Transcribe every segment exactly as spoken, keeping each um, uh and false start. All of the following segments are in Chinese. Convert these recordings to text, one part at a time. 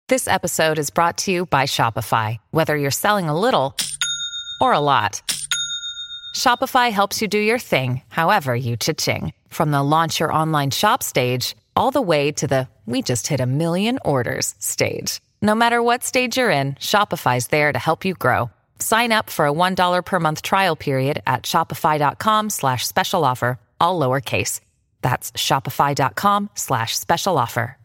This episode is brought to you by Shopify. Whether you're selling a little or a lot, Shopify helps you do your thing, however you cha-ching. From the launch your online shop stage, all the way to the we just hit a million orders stage. No matter what stage you're in, Shopify's there to help you grow. Sign up for a one dollar per month trial period at shopify.com slash special offer, all lowercase. That's shopify.com slash special offer.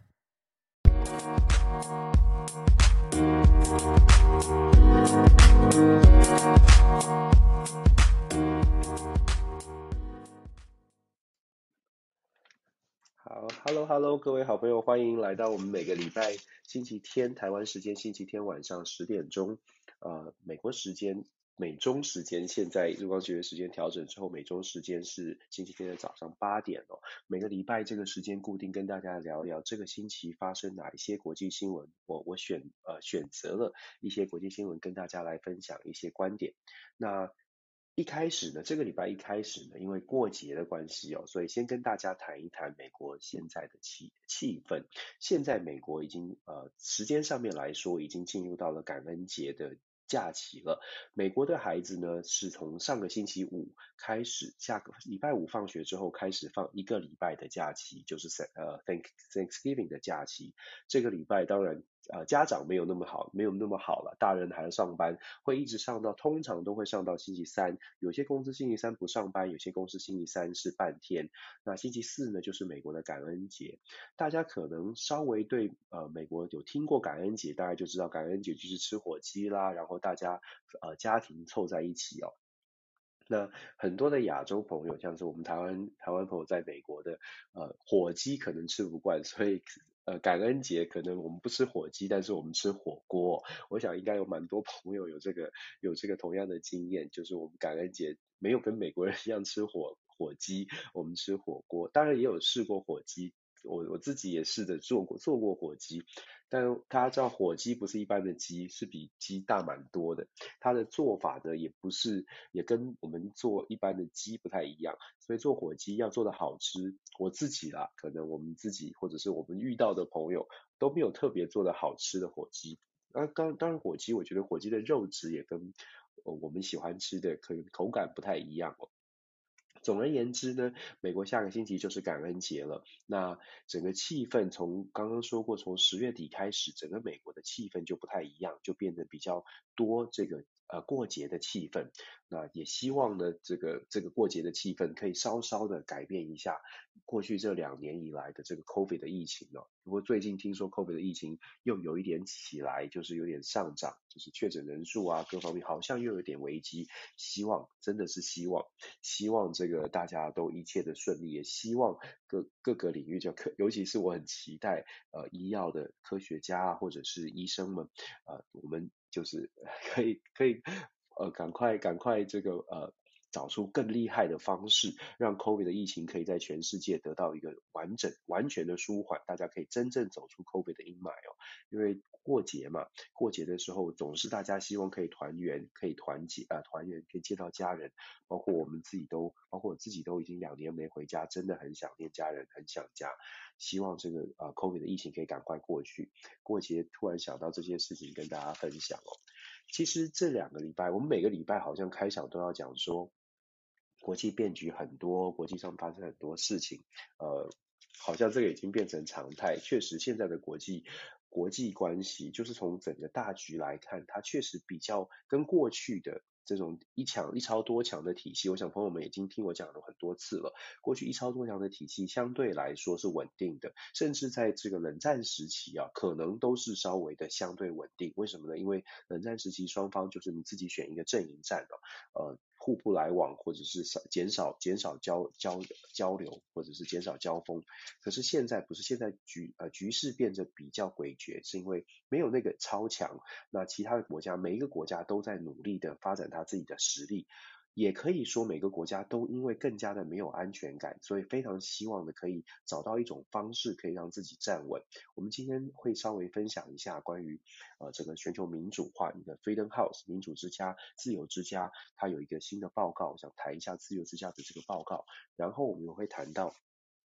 好，Hello Hello，各位好朋友，欢迎来到我们每个礼拜星期天台湾时间星期天晚上十点钟，呃，美国时间美中时间现在日光学院时间调整之后，美中时间是星期天的早上八点哦。每个礼拜这个时间固定跟大家聊聊这个星期发生哪一些国际新闻，我我选呃选择了一些国际新闻跟大家来分享一些观点。那一开始呢，这个礼拜一开始呢，因为过节的关系哦，所以先跟大家谈一谈美国现在的气气氛。现在美国已经呃时间上面来说，已经进入到了感恩节的假期了。美国的孩子呢，是从上个星期五开始，下个礼拜五放学之后开始放一个礼拜的假期，就是呃 Thank Thanksgiving 的假期。这个礼拜当然呃家长没有那么好，没有那么好了，大人还要上班，会一直上到通常都会上到星期三。有些公司星期三不上班，有些公司星期三是半天。那星期四呢，就是美国的感恩节。大家可能稍微对呃美国有听过感恩节，大概就知道感恩节就是吃火鸡啦，然后大家呃家庭凑在一起哦。那很多的亚洲朋友，像是我们台湾台湾朋友在美国的，呃，火鸡可能吃不惯，所以呃感恩节可能我们不吃火鸡，但是我们吃火锅。我想应该有蛮多朋友有这个有这个同样的经验，就是我们感恩节没有跟美国人一样吃火火鸡，我们吃火锅。当然也有试过火鸡，我我自己也试着做过做过火鸡，但大家知道火鸡不是一般的鸡，是比鸡大蛮多的。它的做法呢，也不是，也跟我们做一般的鸡不太一样，所以做火鸡要做的好吃，我自己啦，可能我们自己或者是我们遇到的朋友都没有特别做的好吃的火鸡。那当当然火鸡，我觉得火鸡的肉质也跟、呃、我们喜欢吃的可能口感不太一样哦。总而言之呢，美国下个星期就是感恩节了。那整个气氛从刚刚说过，从十月底开始，整个美国的气氛就不太一样，就变得比较多这个呃过节的气氛。那也希望呢，这个这个过节的气氛可以稍稍的改变一下过去这两年以来的这个 COVID 的疫情哦。不过最近听说 COVID 的疫情又有一点起来，就是有点上涨，就是确诊人数啊各方面好像又有点危机。希望真的是希望。希望这个大家都一切的顺利，也希望各各个领域就科，尤其是我很期待呃医药的科学家啊，或者是医生们，呃，我们就是可以可以呃赶快赶快这个呃。找出更厉害的方式，让 COVID 的疫情可以在全世界得到一个完整、完全的舒缓，大家可以真正走出 COVID 的阴霾哦。因为过节嘛，过节的时候总是大家希望可以团圆，可以团结啊、呃，团圆，可以见到家人。包括我们自己都，包括我自己都已经两年没回家，真的很想念家人，很想家。希望这个呃 COVID 的疫情可以赶快过去。过节突然想到这些事情跟大家分享哦。其实这两个礼拜，我们每个礼拜好像开场都要讲说，国际变局很多，国际上发生很多事情，呃，好像这个已经变成常态。确实，现在的国际国际关系，就是从整个大局来看，它确实比较跟过去的这种一强一超多强的体系，我想朋友们已经听我讲了很多次了。过去一超多强的体系相对来说是稳定的，甚至在这个冷战时期啊，可能都是稍微的相对稳定。为什么呢？因为冷战时期双方就是你自己选一个阵营战哦，呃，互不来往，或者是少减少减少交交交流，或者是减少交锋。可是现在不是，现在局呃局势变得比较诡谲，是因为没有那个超强，那其他的国家每一个国家都在努力的发展他自己的实力。也可以说每个国家都因为更加的没有安全感，所以非常希望的可以找到一种方式可以让自己站稳。我们今天会稍微分享一下关于呃整个全球民主化，你的 Freedom House 民主之家、自由之家，它有一个新的报告，想谈一下自由之家的这个报告。然后我们也会谈到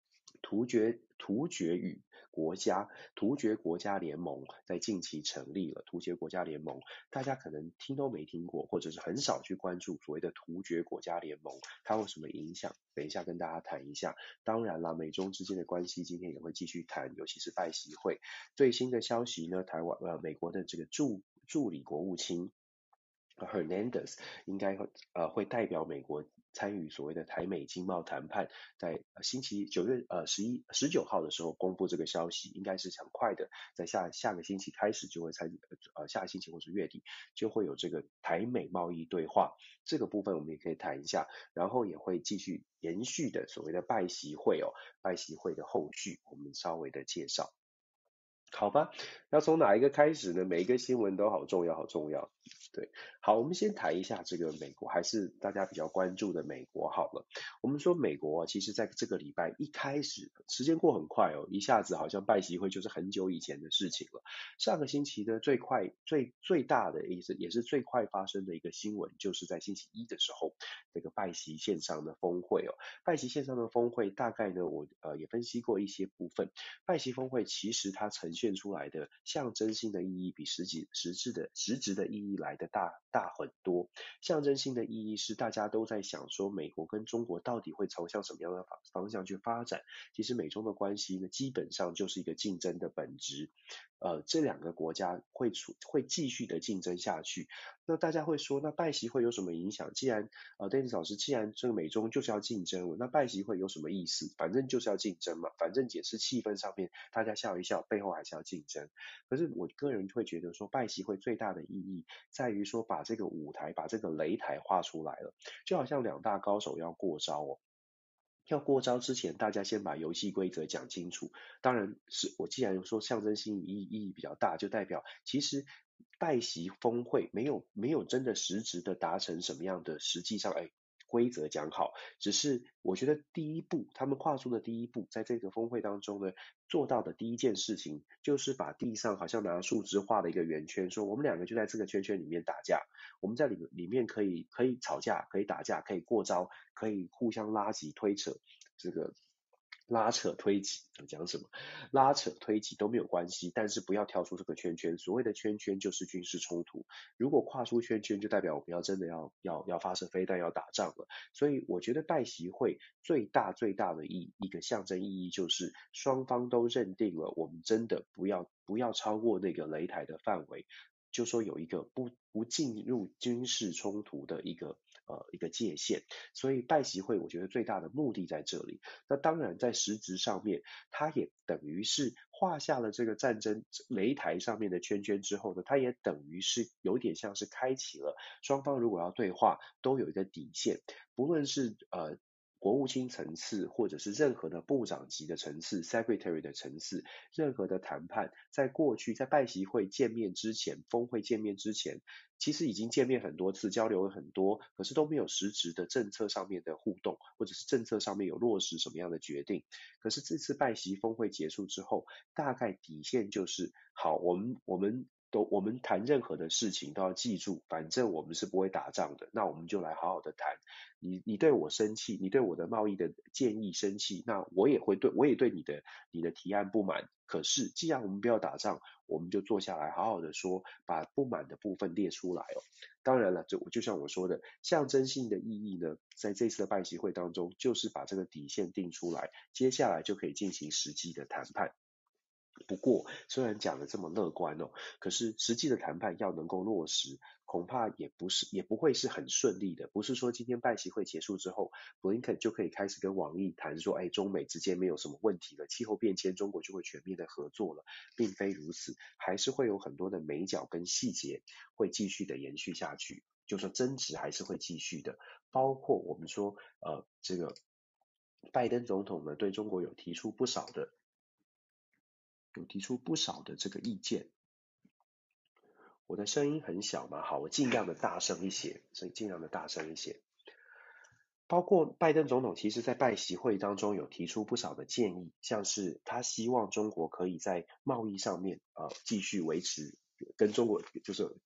突厥突厥语国家突厥国家联盟在近期成立了。突厥国家联盟大家可能听都没听过，或者是很少去关注所谓的突厥国家联盟它有什么影响，等一下跟大家谈一下。当然啦，美中之间的关系今天也会继续谈，尤其是拜习会最新的消息呢，台湾呃美国的这个助助理国务卿Hernandez 应该会呃会代表美国参与所谓的台美经贸谈判，在星期九月呃十一十九号的时候公布这个消息，应该是很快的，在下下个星期开始就会参呃下个星期或是月底就会有这个台美贸易对话，这个部分我们也可以谈一下，然后也会继续延续的所谓的拜习会哦，拜习会的后续我们稍微的介绍。好吧，要从哪一个开始呢？每一个新闻都好重要，好重要。对，好，我们先谈一下这个美国，还是大家比较关注的美国好了。我们说美国其实在这个礼拜一开始，时间过很快哦，一下子好像拜习会就是很久以前的事情了。上个星期呢，最快、最最大的意思也是最快发生的一个新闻，就是在星期一的时候，这个拜习线上的峰会哦。拜习线上的峰会大概呢，我呃也分析过一些部分。拜习峰会其实它呈现出来的象征性的意义比实际实质的实质的意义来的大大很多。象征性的意义是大家都在想说美国跟中国到底会朝向什么样的方方向去发展。其实美中的关系呢，基本上就是一个竞争的本质。呃，这两个国家会处会继续的竞争下去。那大家会说，那拜习会有什么影响？既然呃，Dennis 老师，既然这个美中就是要竞争，那拜习会有什么意思？反正就是要竞争嘛，反正也是气氛上面大家笑一笑，背后还是要竞争。可是我个人会觉得说，拜习会最大的意义在于说，把这个舞台，把这个擂台画出来了，就好像两大高手要过招哦。要过招之前，大家先把游戏规则讲清楚。当然是我既然说象征性意义意义比较大，就代表其实拜习峰会没有没有真的实质的达成什么样的实际上哎规则讲好，只是我觉得第一步他们跨出的第一步，在这个峰会当中呢，做到的第一件事情就是把地上好像拿树枝画了一个圆圈，说我们两个就在这个圈圈里面打架，我们在里里面可以可以吵架，可以打架，可以过招，可以互相拉挤推扯，这个拉扯推挤讲什么？拉扯推挤都没有关系，但是不要跳出这个圈圈。所谓的圈圈就是军事冲突，如果跨出圈圈，就代表我们要真的要要要发射飞弹要打仗了。所以我觉得拜习会最大最大的意一个象征意义就是双方都认定了，我们真的不要不要超过那个擂台的范围。就说有一个不不进入军事冲突的一个呃一个界限，所以拜习会我觉得最大的目的在这里。那当然在实质上面，它也等于是画下了这个战争擂台上面的圈圈之后呢，它也等于是有点像是开启了双方如果要对话都有一个底线，不论是呃。国务卿层次，或者是任何的部长级的层次 ，secretary 的层次，任何的谈判，在过去在拜习会见面之前，峰会见面之前，其实已经见面很多次，交流了很多，可是都没有实质的政策上面的互动，或者是政策上面有落实什么样的决定。可是这次拜习峰会结束之后，大概底线就是，好，我们我们。都我们谈任何的事情都要记住，反正我们是不会打仗的，那我们就来好好的谈。你你对我生气，你对我的贸易的建议生气，那我也会对我也对你的你的提案不满。可是既然我们不要打仗，我们就坐下来好好的说，把不满的部分列出来哦。当然了，就就像我说的，象征性的意义呢，在这次的拜习会当中，就是把这个底线定出来，接下来就可以进行实际的谈判。不过，虽然讲的这么乐观哦，可是实际的谈判要能够落实，恐怕也不是也不会是很顺利的。不是说今天拜习会结束之后，布林肯就可以开始跟王毅谈说，哎，中美之间没有什么问题了，气候变迁中国就会全面的合作了，并非如此，还是会有很多的美角跟细节会继续的延续下去，就说争执还是会继续的，包括我们说呃这个拜登总统呢对中国有提出不少的。有提出不少的这个意见。我的声音很小嘛，好，我尽量的大声一些，所以尽量的大声一些。包括拜登总统其实在拜习会当中有提出不少的建议，像是他希望中国可以在贸易上面呃继续维持跟中国就是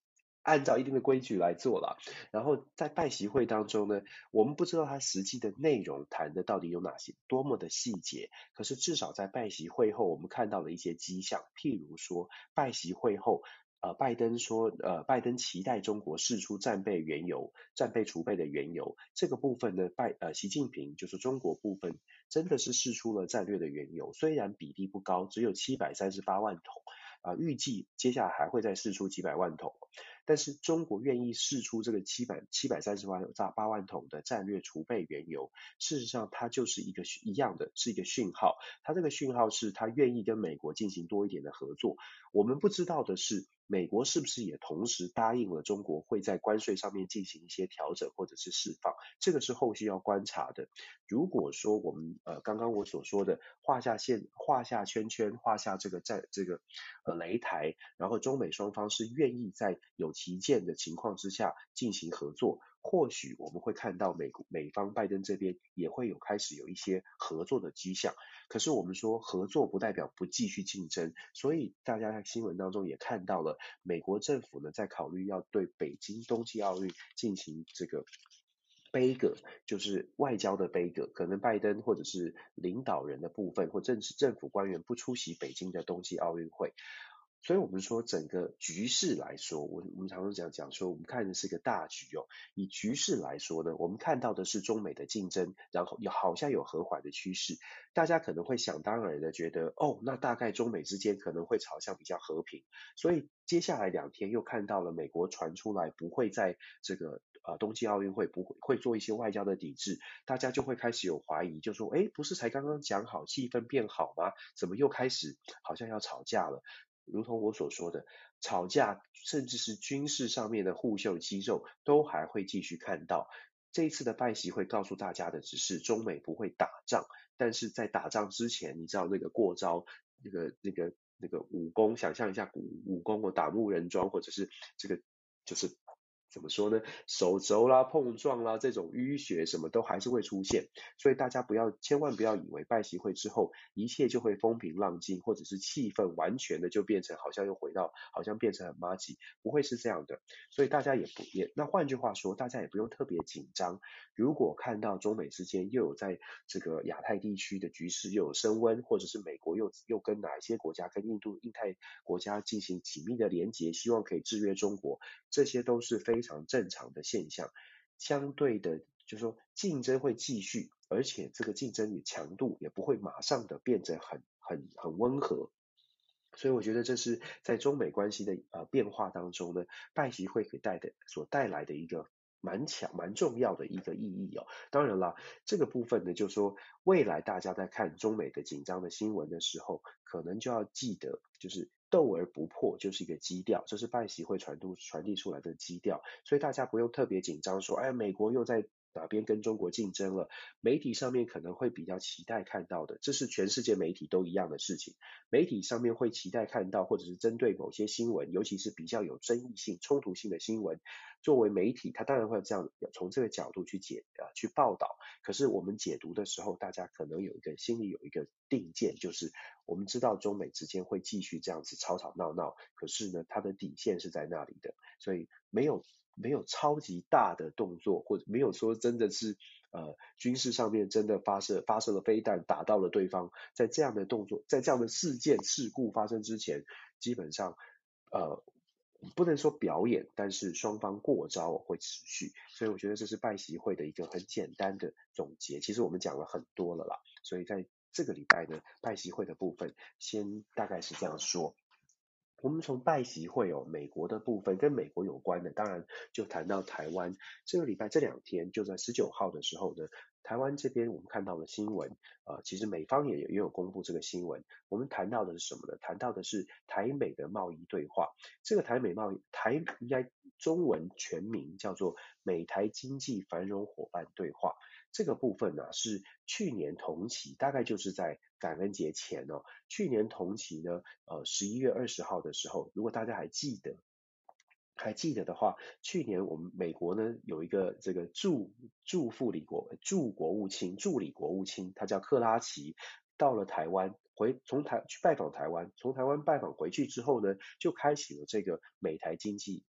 按照一定的规矩来做啦。然后在拜习会当中呢，我们不知道它实际的内容谈的到底有哪些多么的细节，可是至少在拜习会后，我们看到了一些迹象，譬如说拜习会后。呃，拜登说，呃，拜登期待中国释出战备原油、战备储备的原油这个部分呢，拜呃习近平就是中国部分真的是释出了战略的原油，虽然比例不高，只有七百三十八万桶。啊、呃，预计接下来还会再释出几百万桶，但是中国愿意释出这个七百七百三十万八万桶的战略储备原油，事实上它就是一个一样的，是一个讯号。它这个讯号是它愿意跟美国进行多一点的合作。我们不知道的是，美国是不是也同时答应了中国会在关税上面进行一些调整或者是释放，这个是后续要观察的。如果说我们呃刚刚我所说的画下线、画下圈圈、画下这个在这个呃擂台，然后中美双方是愿意在有旗舰的情况之下进行合作，或许我们会看到美美方拜登这边也会有开始有一些合作的迹象。可是我们说合作不代表不继续竞争，所以大家在新闻当中也看到了，美国政府呢在考虑要对北京冬季奥运进行这个杯葛，就是外交的杯葛，可能拜登或者是领导人的部分或政治政府官员不出席北京的冬季奥运会。所以我们说整个局势来说，我我们常常讲讲说，我们看的是个大局哦。以局势来说呢，我们看到的是中美的竞争，然后有好像有和缓的趋势。大家可能会想当然的觉得，哦，那大概中美之间可能会朝向比较和平。所以接下来两天又看到了美国传出来不会在这个呃冬季奥运会不会会做一些外交的抵制，大家就会开始有怀疑，就说，诶，不是才刚刚讲好气氛变好吗？怎么又开始好像要吵架了？如同我所说的，吵架甚至是军事上面的互秀肌肉都还会继续看到。这一次的拜习会告诉大家的只是中美不会打仗，但是在打仗之前，你知道那个过招，那个那个那个武功，想象一下武武功或打木人桩，或者是这个就是怎么说呢，手肘啦、碰撞啦，这种淤血什么都还是会出现。所以大家不要千万不要以为拜习会之后一切就会风平浪静，或者是气氛完全的就变成好像又回到好像变成很麻吉，不会是这样的。所以大家也不也那换句话说，大家也不用特别紧张。如果看到中美之间又有在这个亚太地区的局势又有升温，或者是美国又又跟哪一些国家跟印度、印太国家进行紧密的连结，希望可以制约中国，这些都是非常正常的现象。相对的，就是说竞争会继续，而且这个竞争也强度也不会马上的变得很很很温和。所以我觉得这是在中美关系的呃变化当中呢，拜习会给带的所带来的一个蛮强蛮重要的一个意义哦。当然啦，这个部分呢，就说未来大家在看中美的紧张的新闻的时候，可能就要记得，就是斗而不破就是一个基调，这是拜习会传递传递出来的基调。所以大家不用特别紧张说，哎，美国又在哪边跟中国竞争了？媒体上面可能会比较期待看到的，这是全世界媒体都一样的事情。媒体上面会期待看到，或者是针对某些新闻，尤其是比较有争议性、冲突性的新闻，作为媒体，它当然会这样从这个角度去解啊去报道。可是我们解读的时候，大家可能有一个心里有一个定见，就是我们知道中美之间会继续这样子吵吵闹闹，可是呢，它的底线是在那里的，所以没有没有超级大的动作，或者没有说真的是呃军事上面真的发射发射了飞弹打到了对方，在这样的动作，在这样的事件事故发生之前，基本上呃不能说表演，但是双方过招会持续，所以我觉得这是拜习会的一个很简单的总结。其实我们讲了很多了啦，所以在这个礼拜呢，拜习会的部分先大概是这样说。我们从拜习会哦，美国的部分跟美国有关的，当然就谈到台湾。这个礼拜这两天，就在十九号的时候呢，台湾这边我们看到了新闻，呃，其实美方也也有公布这个新闻。我们谈到的是什么呢？谈到的是台美的贸易对话。这个台美贸易，台应该中文全名叫做美台经济繁荣伙伴对话。这个部分呢、啊、是去年同期，大概就是在感恩节前哦。去年同期呢，呃，十一月二十号的时候，如果大家还记得。还记得的话，去年我们美国呢有一个这个驻驻副理国驻国务卿助理国务卿，他叫克拉奇，到了台湾回从台去拜访台湾，从台湾拜访回去之后呢，就开启了这个美台经济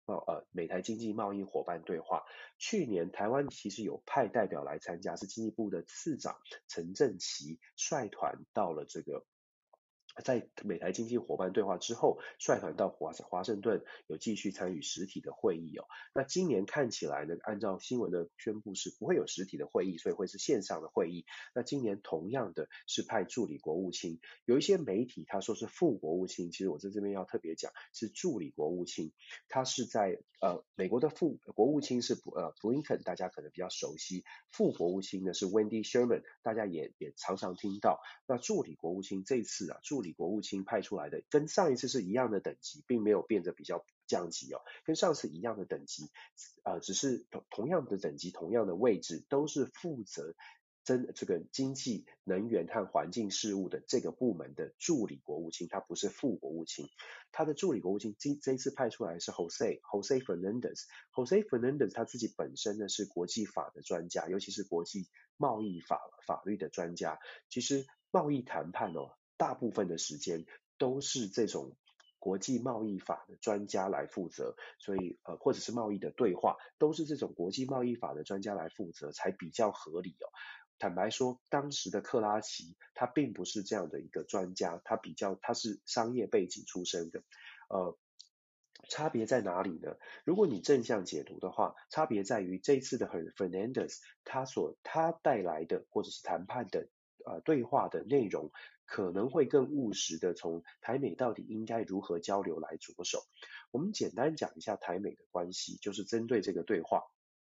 贸呃美台经济贸易伙伴对话。去年台湾其实有派代表来参加，是经济部的次长陈正奇率团到了这个。在美台经济伙伴对话之后，率团到华华盛顿，有继续参与实体的会议哦。那今年看起来呢，按照新闻的宣布是不会有实体的会议，所以会是线上的会议。那今年同样的是派助理国务卿，有一些媒体他说是副国务卿，其实我在这边要特别讲是助理国务卿，他是在呃美国的副国务卿是呃布林肯，大家可能比较熟悉，副国务卿呢是 Wendy Sherman， 大家也也常常听到。那助理国务卿这次啊，助理国务卿派出来的跟上一次是一样的等级，并没有变得比较降级哦，跟上次一样的等级，呃，只是同同样的等级、同样的位置，都是负责真这个经济、能源和环境事务的这个部门的助理国务卿，他不是副国务卿。他的助理国务卿这这一次派出来是 Jose Jose Fernandez，Jose Fernandez 他自己本身呢是国际法的专家，尤其是国际贸易法法律的专家。其实贸易谈判哦，大部分的时间都是这种国际贸易法的专家来负责，所以呃或者是贸易的对话，都是这种国际贸易法的专家来负责才比较合理哦。坦白说，当时的克拉奇他并不是这样的一个专家，他比较他是商业背景出身的，呃。差别在哪里呢？如果你正向解读的话，差别在于这一次的 Fernandez 他所他带来的或者是谈判的呃对话的内容，可能会更务实的从台美到底应该如何交流来着手。我们简单讲一下台美的关系，就是针对这个对话。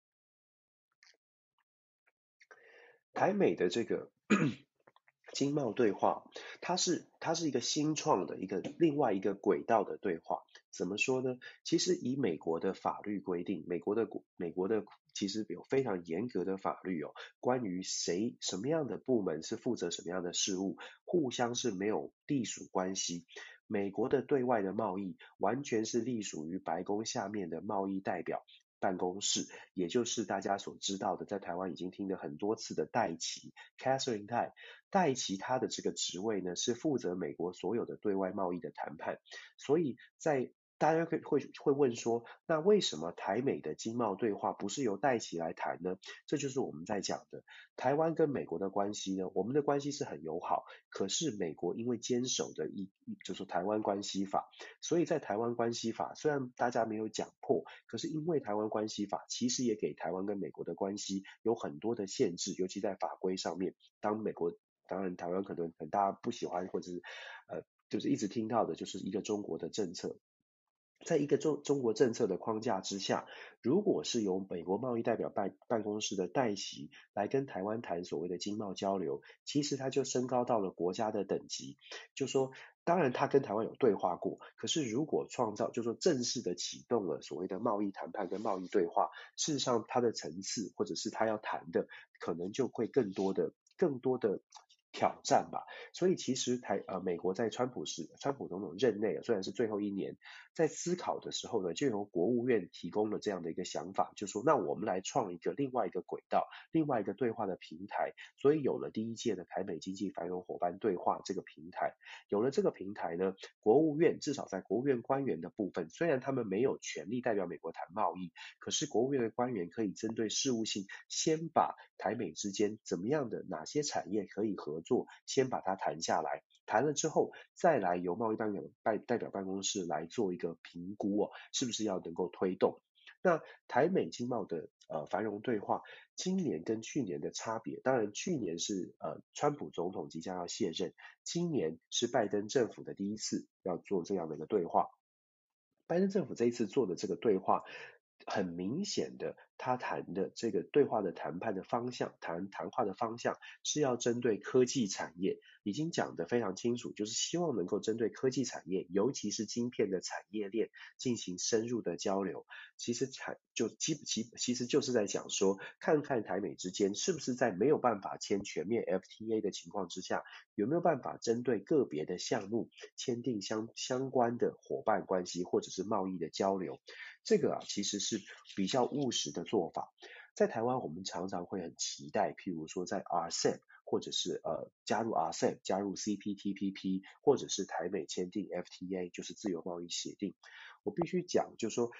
台美的这个经贸对话，它是它是一个新创的一个另外一个轨道的对话。怎么说呢？其实以美国的法律规定，美国的美国的其实有非常严格的法律哦，关于谁什么样的部门是负责什么样的事务，互相是没有隶属关系。美国的对外的贸易完全是隶属于白宫下面的贸易代表办公室，也就是大家所知道的，在台湾已经听了很多次的戴琪 Catherine 戴。戴琪他的这个职位呢，是负责美国所有的对外贸易的谈判，所以在大家会会会问说，那为什么台美的经贸对话不是由戴琪来谈呢？这就是我们在讲的台湾跟美国的关系呢，我们的关系是很友好，可是美国因为坚守的一就是台湾关系法，所以在台湾关系法虽然大家没有讲破，可是因为台湾关系法其实也给台湾跟美国的关系有很多的限制，尤其在法规上面，当美国当然台湾可能很大家不喜欢或者是呃就是一直听到的就是一个中国的政策。在一个中中国政策的框架之下，如果是由美国贸易代表办办公室的代席来跟台湾谈所谓的经贸交流，其实它就升高到了国家的等级。就说，当然他跟台湾有对话过，可是如果创造，就说正式的启动了所谓的贸易谈判跟贸易对话，事实上它的层次或者是他要谈的，可能就会更多的更多的挑战吧。所以其实台呃美国在川普时川普总统任内，虽然是最后一年，在思考的时候呢，就由国务院提供了这样的一个想法，就说那我们来创一个另外一个轨道，另外一个对话的平台，所以有了第一届的台美经济繁荣伙伴对话这个平台。有了这个平台呢，国务院至少在国务院官员的部分，虽然他们没有权利代表美国谈贸易，可是国务院的官员可以针对事务性，先把台美之间怎么样的哪些产业可以合作，先把它谈下来。谈了之后，再来由贸易代表代代表办公室来做一个评估哦，是不是要能够推动？那台美经贸的呃繁荣对话，今年跟去年的差别，当然去年是呃川普总统即将要卸任，今年是拜登政府的第一次要做这样的一个对话。拜登政府这一次做的这个对话，很明显的，他谈的这个对话的谈判的方向，谈谈话的方向是要针对科技产业，已经讲得非常清楚，就是希望能够针对科技产业，尤其是晶片的产业链进行深入的交流。其实产就基其其实就是在讲说，看看台美之间是不是在没有办法签全面 F T A 的情况之下，有没有办法针对个别的项目签订相相关的伙伴关系或者是贸易的交流。这个啊其实是比较务实的做法。在台湾，我们常常会很期待，譬如说在 R C E P 或者是呃加入 R C E P、加入 C P T P P， 或者是台美签订 F T A， 就是自由贸易协定。我必须讲，就是说，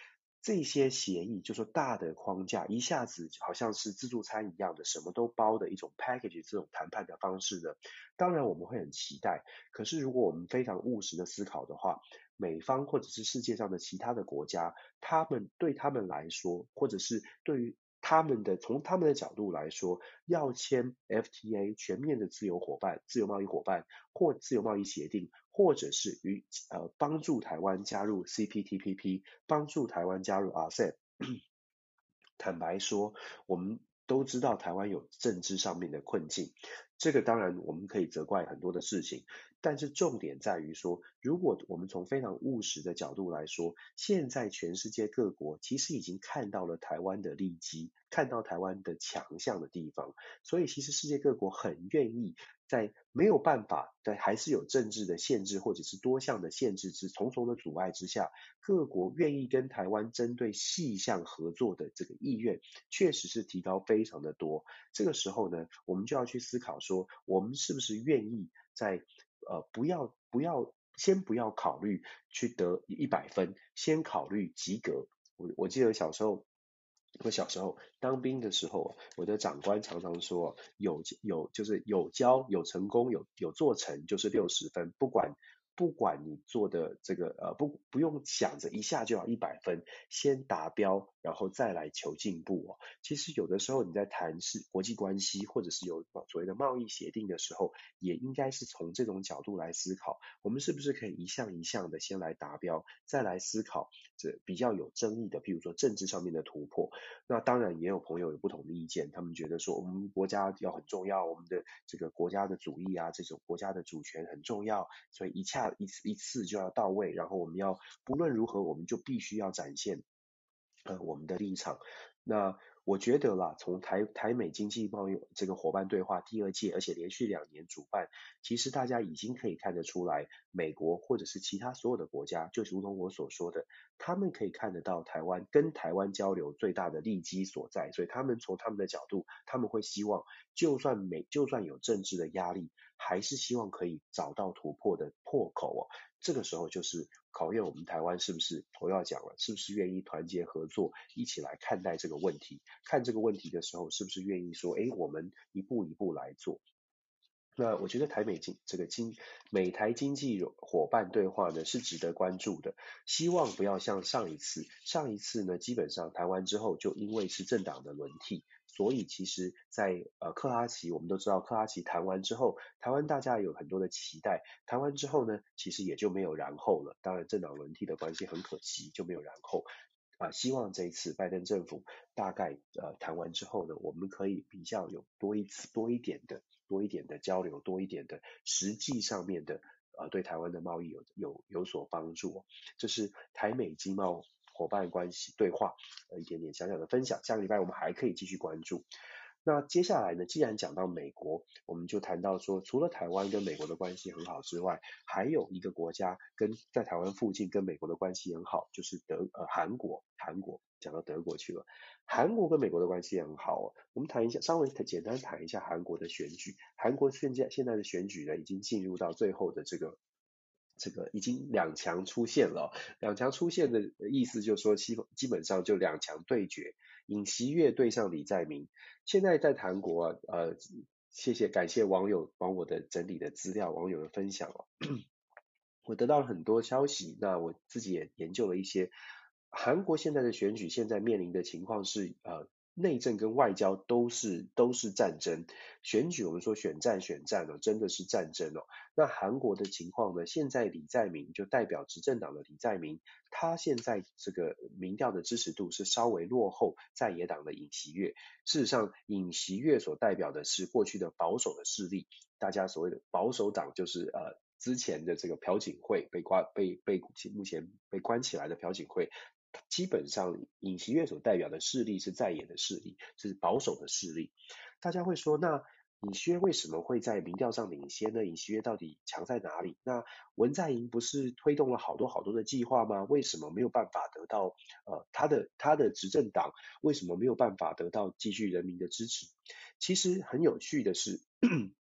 这些协议就说大的框架一下子好像是自助餐一样的什么都包的一种 package 这种谈判的方式呢，当然我们会很期待，可是如果我们非常务实的思考的话，美方或者是世界上的其他的国家，他们对他们来说，或者是对于他们的从他们的角度来说，要签 F T A 全面的自由伙伴、自由贸易伙伴或自由贸易协定，或者是与呃帮助台湾加入 C P T P P， 帮助台湾加入 R C E P。坦白说，我们都知道台湾有政治上面的困境，这个当然我们可以责怪很多的事情，但是重点在于说，如果我们从非常务实的角度来说，现在全世界各国其实已经看到了台湾的利基，看到台湾的强项的地方，所以其实世界各国很愿意在没有办法，但还是有政治的限制或者是多项的限制之重重的阻碍之下，各国愿意跟台湾针对细项合作的这个意愿，确实是提高非常的多。这个时候呢，我们就要去思考说，我们是不是愿意在呃不要不要先不要考虑去得一百分，先考虑及格。我我记得小时候。我小时候当兵的时候，我的长官常常说，有有就是有教有成功有有做成就是六十分，不管不管你做的这个呃不不用想着一下就要一百分，先达标然后再来求进步哦。其实有的时候你在谈是国际关系或者是有所谓的贸易协定的时候，也应该是从这种角度来思考，我们是不是可以一项一项的先来达标，再来思考这比较有争议的，譬如说政治上面的突破。那当然也有朋友有不同的意见，他们觉得说我们国家要很重要，我们的这个国家的主义啊，这种国家的主权很重要，所以一下一次一次就要到位，然后我们要不论如何，我们就必须要展现呃我们的立场。那我觉得啦，从台台美经济贸易这个伙伴对话第二届，而且连续两年主办，其实大家已经可以看得出来，美国或者是其他所有的国家，就如同我所说的，他们可以看得到台湾跟台湾交流最大的利基所在，所以他们从他们的角度，他们会希望，就算美就算有政治的压力，还是希望可以找到突破的破口哦。这个时候就是考验我们台湾是不是，我要讲了，是不是愿意团结合作，一起来看待这个问题。看这个问题的时候，是不是愿意说，诶，我们一步一步来做。那我觉得台美经这个经美台经济伙伴对话呢是值得关注的，希望不要像上一次，上一次呢基本上台湾之后就因为是政党的轮替，所以其实在呃克拉奇我们都知道克拉奇谈完之后，台湾大家有很多的期待，谈完之后呢其实也就没有然后了，当然政党轮替的关系很可惜就没有然后。啊、呃，希望这一次拜登政府大概呃谈完之后呢，我们可以比较有多一次多一点的多一点的交流，多一点的实际上面的呃对台湾的贸易有有有所帮助。这是台美经贸伙伴关系对话呃一点点小小的分享，下个礼拜我们还可以继续关注。那接下来呢，既然讲到美国，我们就谈到说，除了台湾跟美国的关系很好之外，还有一个国家跟在台湾附近跟美国的关系很好，就是德呃韩国。韩国讲到德国去了，韩国跟美国的关系也很好哦。我们谈一下，稍微简单谈一下韩国的选举。韩国现在现在的选举呢，已经进入到最后的这个。这个已经两强出现了，两强出现的意思就是说基基本上就两强对决，尹锡悦对上李在明。现在在韩国啊，呃，谢谢感谢网友帮我的整理的资料，网友的分享哦，我得到了很多消息，那我自己也研究了一些。韩国现在的选举现在面临的情况是，呃，内政跟外交都是都是战争。选举我们说选战选战哦，真的是战争哦。那韩国的情况呢？现在李在明就代表执政党的李在明，他现在这个民调的支持度是稍微落后在野党的尹锡悦。事实上，尹锡悦所代表的是过去的保守的势力，大家所谓的保守党就是呃。之前的这个朴槿惠被关被被目前被关起来的朴槿惠，基本上尹锡悦所代表的势力是在野的势力，是保守的势力。大家会说，那尹锡悦为什么会在民调上领先呢？尹锡悦到底强在哪里？那文在寅不是推动了好多好多的计划吗？为什么没有办法得到呃他的他的执政党为什么没有办法得到继续人民的支持？其实很有趣的是。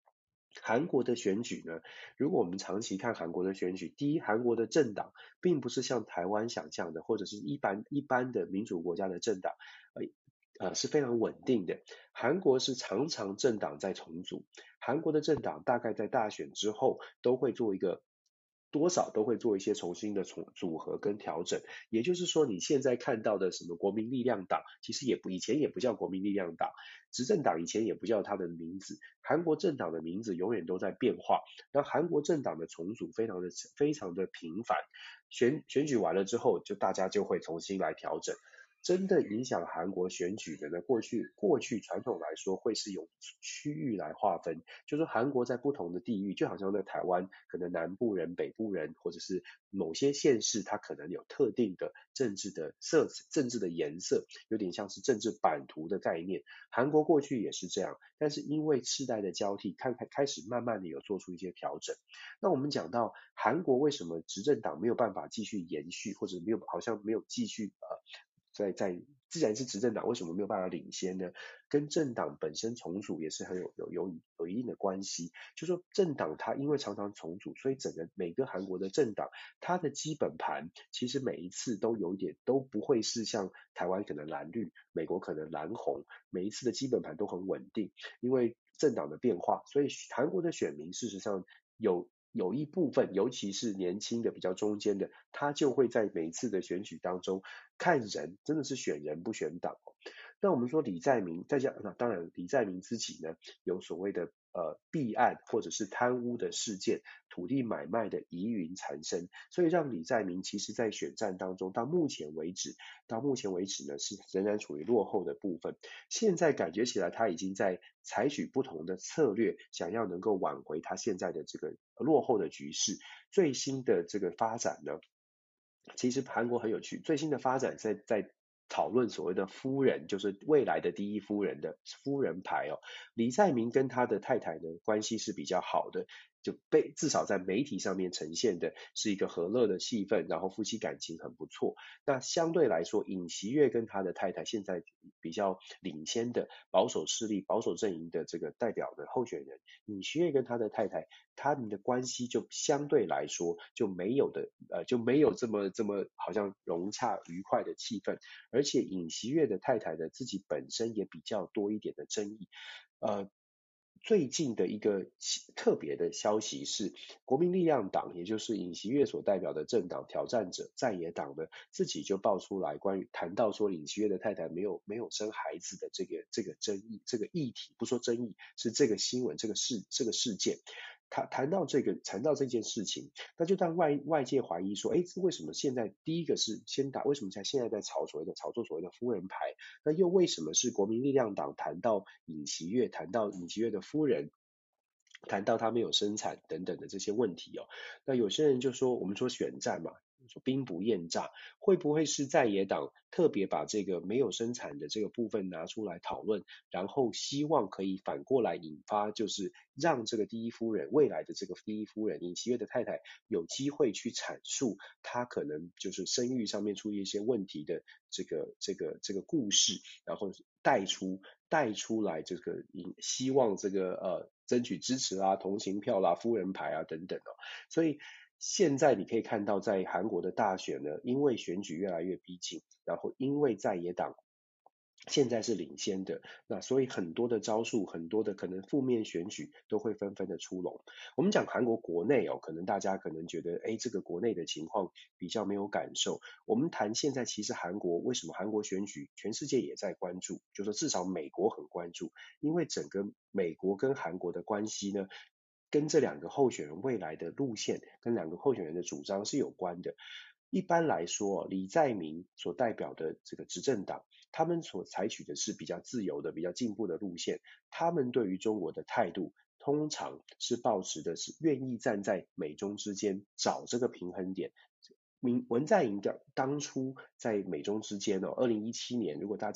韩国的选举呢，如果我们长期看韩国的选举，第一，韩国的政党并不是像台湾想象的，或者是一般一般的民主国家的政党，呃呃是非常稳定的。韩国是常常政党在重组，韩国的政党大概在大选之后都会做一个。多少都会做一些重新的重组合跟调整，也就是说，你现在看到的什么国民力量党，其实也不以前也不叫国民力量党，执政党以前也不叫它的名字，韩国政党的名字永远都在变化。那韩国政党的重组非常的非常的频繁，选选举完了之后，就大家就会重新来调整。真的影响韩国选举的呢，过去过去传统来说会是用区域来划分，就是说韩国在不同的地域，就好像在台湾，可能南部人、北部人，或者是某些县市，它可能有特定的政治的色、政治的颜色，有点像是政治版图的概念。韩国过去也是这样，但是因为世代的交替，看开开始慢慢的有做出一些调整。那我们讲到韩国为什么执政党没有办法继续延续，或者没有好像没有继续呃。在在既然是执政党，为什么没有办法领先呢？跟政党本身重组也是很有有有有一定的关系。就说政党它因为常常重组，所以整个每个韩国的政党，它的基本盘其实每一次都有一点都不会是像台湾可能蓝绿，美国可能蓝红，每一次的基本盘都很稳定，因为政党的变化，所以韩国的选民事实上有。有一部分，尤其是年轻的、比较中间的，他就会在每一次的选举当中看人，真的是选人不选党。那我们说李在明，再加那当然李在明自己呢，有所谓的呃弊案或者是贪污的事件、土地买卖的疑云缠身，所以让李在明其实在选战当中，到目前为止，到目前为止呢是仍然处于落后的部分。现在感觉起来他已经在采取不同的策略，想要能够挽回他现在的这个落后的局势。最新的这个发展呢，其实韩国很有趣，最新的发展在在讨论所谓的夫人，就是未来的第一夫人的夫人牌哦。李在明跟他的太太呢关系是比较好的，就被至少在媒体上面呈现的是一个和乐的气氛，然后夫妻感情很不错。那相对来说，尹锡悦跟他的太太现在比较领先的保守势力、保守阵营的这个代表的候选人，尹锡悦跟他的太太，他们的关系就相对来说就没有的呃就没有这么这么好像融洽愉快的气氛，而且尹锡悦的太太的自己本身也比较多一点的争议，呃。最近的一个特别的消息是，国民力量党，也就是尹锡悦所代表的政党挑战者在野党呢，自己就爆出来关于谈到说尹锡悦的太太没有没有生孩子的这个这个争议，这个议题，不说争议，是这个新闻这个事这个事件。他谈到这个谈到这件事情，那就让外外界怀疑说，哎，为什么现在第一个是先打，为什么在现在在炒所谓的炒作所谓的夫人牌？那又为什么是国民力量党谈到尹锡悦，谈到尹锡悦的夫人？谈到他没有生产等等的这些问题哦，那有些人就说，我们说选战嘛，说兵不厌诈，会不会是在野党特别把这个没有生产的这个部分拿出来讨论，然后希望可以反过来引发，就是让这个第一夫人未来的这个第一夫人尹锡悦的太太有机会去阐述她可能就是生育上面出一些问题的这个这个这个故事，然后带出带出来这个希望这个呃争取支持啊、同情票啦、夫人牌啊等等哦，所以。现在你可以看到，在韩国的大选呢，因为选举越来越逼近，然后因为在野党现在是领先的，那所以很多的招数，很多的可能负面选举都会纷纷的出笼。我们讲韩国国内哦，可能大家可能觉得，哎，这个国内的情况比较没有感受。我们谈现在其实韩国为什么韩国选举全世界也在关注，就是至少美国很关注，因为整个美国跟韩国的关系呢。跟这两个候选人未来的路线，跟两个候选人的主张是有关的。一般来说，李在明所代表的这个执政党，他们所采取的是比较自由的、比较进步的路线。他们对于中国的态度，通常是抱持的是愿意站在美中之间找这个平衡点。文在寅的当初在美中之间哦，二零一七年，如果大家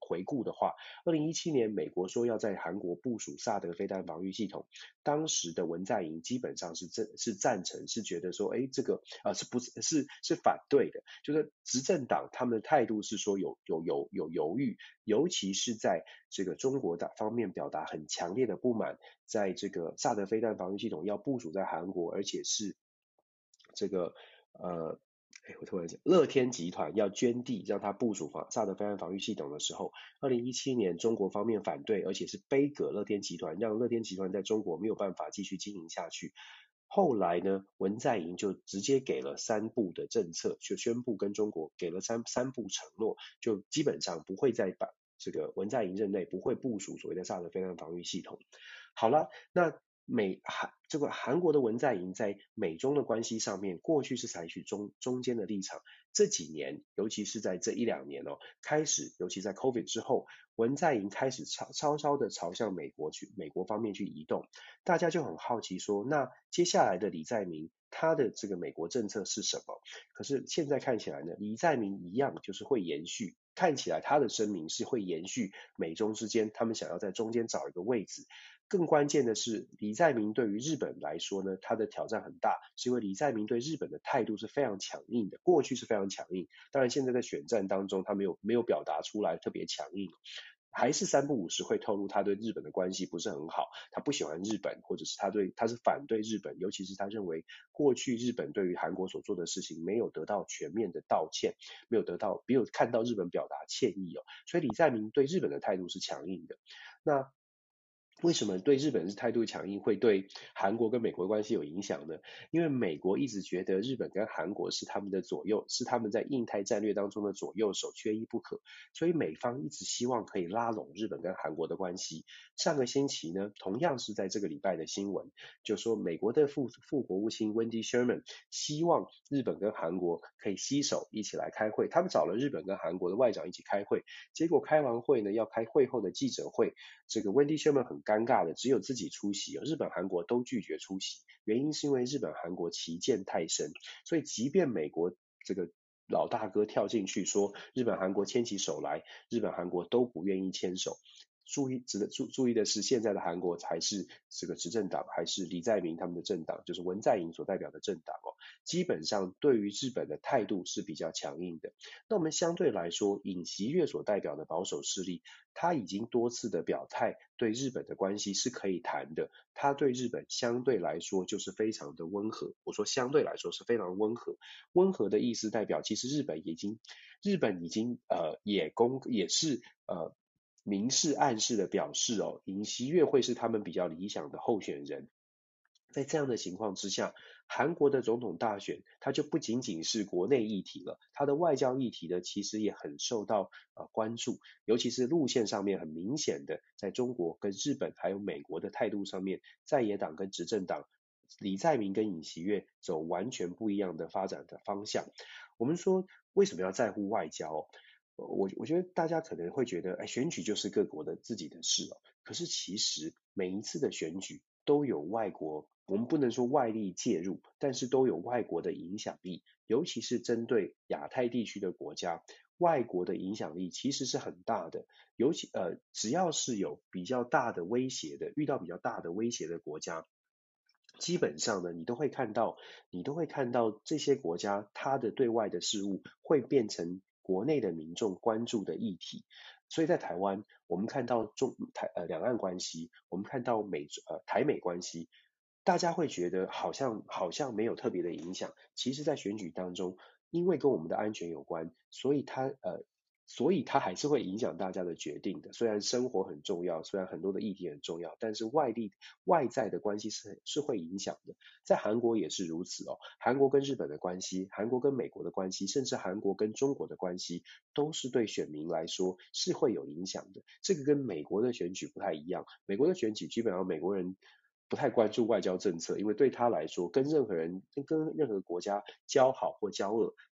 回顾的话，二零一七年美国说要在韩国部署萨德飞弹防御系统，当时的文在寅基本上是赞是赞成，是觉得说，哎，这个呃是不是是是反对的，就是执政党他们的态度是说有有有有犹豫，尤其是在这个中国的方面表达很强烈的不满，在这个萨德飞弹防御系统要部署在韩国，而且是这个呃。哎，我突然想，乐天集团要捐地让它部署防萨德飞弹防御系统的时候，二零一七年中国方面反对，而且是杯葛乐天集团，让乐天集团在中国没有办法继续经营下去。后来呢，文在寅就直接给了三步的政策，就宣布跟中国给了三三步承诺，就基本上不会再把这个文在寅任内不会部署所谓的萨德飞弹防御系统。好了，那美韩这个韩国的文在寅在美中的关系上面，过去是采取中中间的立场，这几年，尤其是在这一两年哦，开始，尤其在 COVID 之后，文在寅开始稍稍稍的朝向美国去，美国方面去移动，大家就很好奇说，那接下来的李在明他的这个美国政策是什么？可是现在看起来呢，李在明一样就是会延续。看起来他的声明是会延续美中之间，他们想要在中间找一个位置。更关键的是，李在明对于日本来说呢，他的挑战很大，是因为李在明对日本的态度是非常强硬的，过去是非常强硬，当然现在在选战当中，他没有没有表达出来特别强硬。还是三不五时会透露他对日本的关系不是很好，他不喜欢日本，或者是他对他是反对日本，尤其是他认为过去日本对于韩国所做的事情没有得到全面的道歉，没有得到没有看到日本表达歉意哦，所以李在明对日本的态度是强硬的。那为什么对日本是态度强硬，会对韩国跟美国关系有影响呢？因为美国一直觉得日本跟韩国是他们的左右，是他们在印太战略当中的左右手，缺一不可。所以美方一直希望可以拉拢日本跟韩国的关系。上个星期呢，同样是在这个礼拜的新闻，就说美国的副副国务卿 Wendy Sherman 希望日本跟韩国可以携手一起来开会，他们找了日本跟韩国的外长一起开会，结果开完会呢，要开会后的记者会，这个 Wendy Sherman 很尴尬的，只有自己出席，日本、韩国都拒绝出席。原因是因为日本、韩国歧见太深，所以即便美国这个老大哥跳进去说日本、韩国牵起手来，日本、韩国都不愿意牵手。注意，值得注注意的是，现在的韩国还是这个执政党，还是李在明他们的政党，就是文在寅所代表的政党哦，基本上对于日本的态度是比较强硬的。那我们相对来说，尹锡悦所代表的保守势力，他已经多次的表态，对日本的关系是可以谈的。他对日本相对来说就是非常的温和。我说相对来说是非常温和，温和的意思代表，其实日本已经，日本已经呃也公也是呃。明示暗示的表示哦，尹锡悦会是他们比较理想的候选人。在这样的情况之下，韩国的总统大选，它就不仅仅是国内议题了，它的外交议题呢，其实也很受到呃关注，尤其是路线上面很明显的，在中国跟日本还有美国的态度上面，在野党跟执政党，李在明跟尹锡悦走完全不一样的发展的方向。我们说为什么要在乎外交哦？我我觉得大家可能会觉得，哎，选举就是各国的自己的事哦。可是其实每一次的选举都有外国，我们不能说外力介入，但是都有外国的影响力，尤其是针对亚太地区的国家，外国的影响力其实是很大的。尤其呃，只要是有比较大的威胁的，遇到比较大的威胁的国家，基本上呢，你都会看到，你都会看到这些国家它的对外的事务会变成国内的民众关注的议题。所以在台湾，我们看到中台呃两岸关系，我们看到美呃台美关系，大家会觉得好像好像没有特别的影响。其实，在选举当中，因为跟我们的安全有关，所以它呃所以它还是会影响大家的决定的。虽然生活很重要，虽然很多的议题很重要，但是外力外在的关系是是会影响的。在韩国也是如此哦，韩国跟日本的关系，韩国跟美国的关系，甚至韩国跟中国的关系，都是对选民来说是会有影响的。这个跟美国的选举不太一样，美国的选举基本上美国人不太关注外交政策，因为对他来说，跟任何人跟任何国家交好或交恶，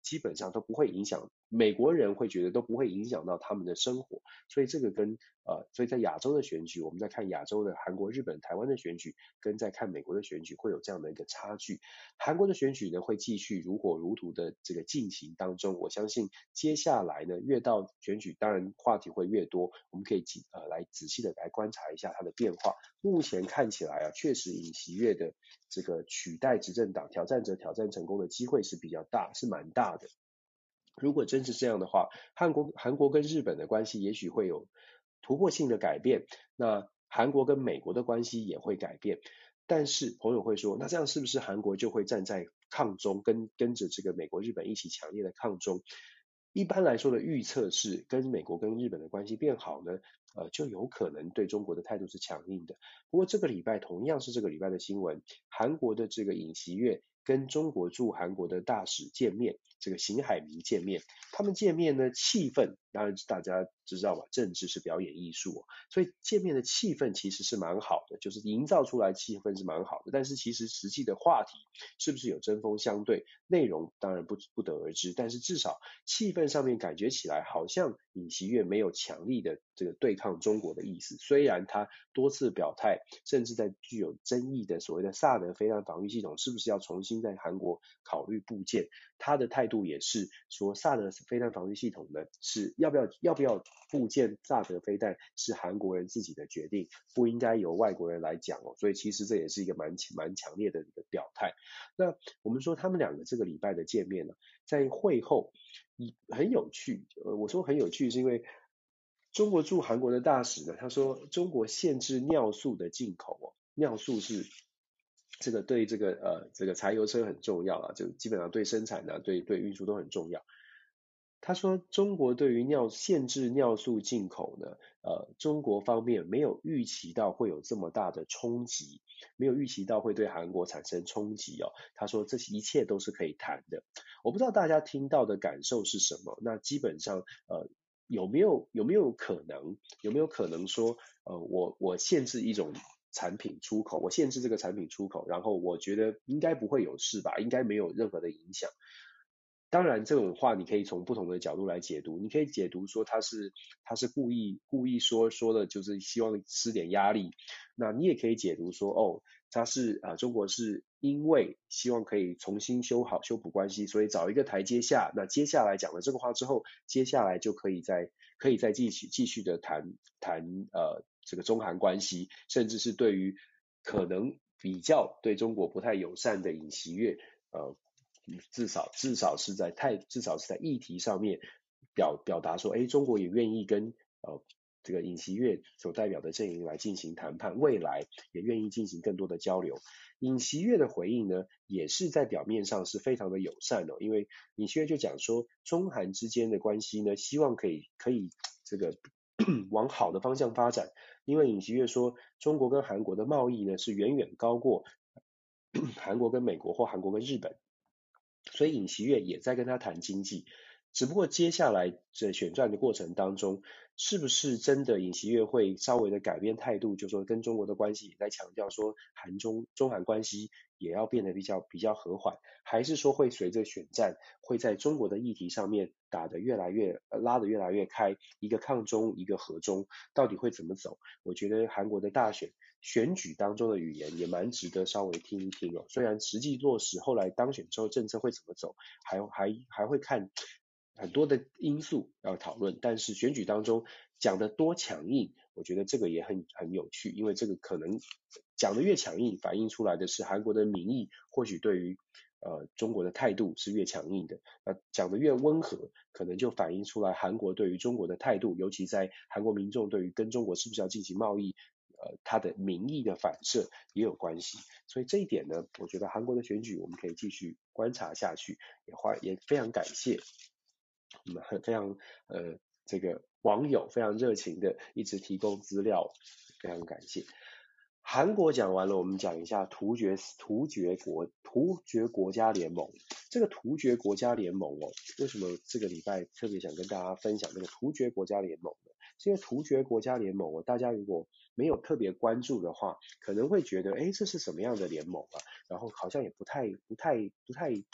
基本上都不会影响，美国人会觉得都不会影响到他们的生活，所以这个跟呃，所以在亚洲的选举，我们在看亚洲的韩国、日本、台湾的选举，跟在看美国的选举会有这样的一个差距。韩国的选举呢会继续如火如荼的这个进行当中，我相信接下来呢越到选举，当然话题会越多，我们可以呃来仔细的来观察一下它的变化。目前看起来啊，确实尹锡悦的这个取代执政党挑战者挑战成功的机会是比较大，是蛮大的。如果真是这样的话，韩国韩国跟日本的关系也许会有突破性的改变，那韩国跟美国的关系也会改变。但是朋友会说，那这样是不是韩国就会站在抗中，跟跟着这个美国、日本一起强烈的抗中？一般来说的预测是，跟美国跟日本的关系变好呢，呃，就有可能对中国的态度是强硬的。不过这个礼拜同样是这个礼拜的新闻，韩国的这个尹锡悦跟中国驻韩国的大使见面，这个邢海明见面，他们见面呢，气氛当然大家知道吧，政治是表演艺术哦，所以见面的气氛其实是蛮好的，就是营造出来气氛是蛮好的，但是其实实际的话题是不是有针锋相对，内容当然不不得而知，但是至少气氛上面感觉起来好像尹锡悦没有强力的这个对抗中国的意思，虽然他多次表态，甚至在具有争议的所谓的萨德飞弹防御系统是不是要重新在韩国考虑部件，他的态度也是说萨德飞弹防御系统呢是要不要要不要部件萨德飞弹是韩国人自己的决定，不应该由外国人来讲哦，所以其实这也是一个蛮蛮强烈的一个表态。那我们说他们两个这个礼拜的见面呢，在会后很有趣，呃，我说很有趣是因为中国驻韩国的大使呢，他说中国限制尿素的进口哦，尿素是这个对这个呃这个柴油车很重要啊，就基本上对生产呢、对对运输都很重要。他说，中国对于尿限制尿素进口呢，呃，中国方面没有预期到会有这么大的冲击，没有预期到会对韩国产生冲击哦。他说，这一切都是可以谈的。我不知道大家听到的感受是什么？那基本上，呃，有没有有没有可能有没有可能说，呃，我我限制一种产品出口，我限制这个产品出口，然后我觉得应该不会有事吧，应该没有任何的影响。当然，这种话你可以从不同的角度来解读。你可以解读说他是他是故意故意说说的，就是希望施点压力。那你也可以解读说，哦，他是啊、呃，中国是因为希望可以重新修好修补关系，所以找一个台阶下。那接下来讲了这个话之后，接下来就可以再可以再继续继续的谈谈呃这个中韩关系，甚至是对于可能比较对中国不太友善的尹锡悦，呃。至少至少是在太至少是在议题上面表表达说，哎，中国也愿意跟呃这个尹锡悦所代表的阵营来进行谈判，未来也愿意进行更多的交流。尹锡悦的回应呢，也是在表面上是非常的友善哦，因为尹锡悦就讲说，中韩之间的关系呢，希望可以可以这个往好的方向发展，因为尹锡悦说，中国跟韩国的贸易呢是远远高过韩国跟美国或韩国跟日本。所以尹锡悦也在跟他谈经济，只不过接下来这选战的过程当中，是不是真的尹锡悦会稍微的改变态度，就说跟中国的关系也在强调说韩中中韩关系也要变得比较比较和缓，还是说会随着选战会在中国的议题上面打得越来越、呃、拉得越来越开，一个抗中一个和中，到底会怎么走？我觉得韩国的大选选举当中的语言也蛮值得稍微听一听哦。虽然实际落实后来当选之后政策会怎么走，还还还会看很多的因素要讨论，但是选举当中讲的多强硬，我觉得这个也很很有趣，因为这个可能讲的越强硬，反映出来的是韩国的民意或许对于呃中国的态度是越强硬的，那讲的越温和，可能就反映出来韩国对于中国的态度，尤其在韩国民众对于跟中国是不是要进行贸易。呃，它的民意的反射也有关系，所以这一点呢，我觉得韩国的选举我们可以继续观察下去，也花也非常感谢我们很非常呃这个网友非常热情的一直提供资料，非常感谢。韩国讲完了，我们讲一下突厥突厥国突厥国家联盟。这个突厥国家联盟哦，为什么这个礼拜特别想跟大家分享这个突厥国家联盟呢？是因为突厥国家联盟哦，大家如果没有特别关注的话，可能会觉得，哎，这是什么样的联盟啊？然后好像也不太不太不太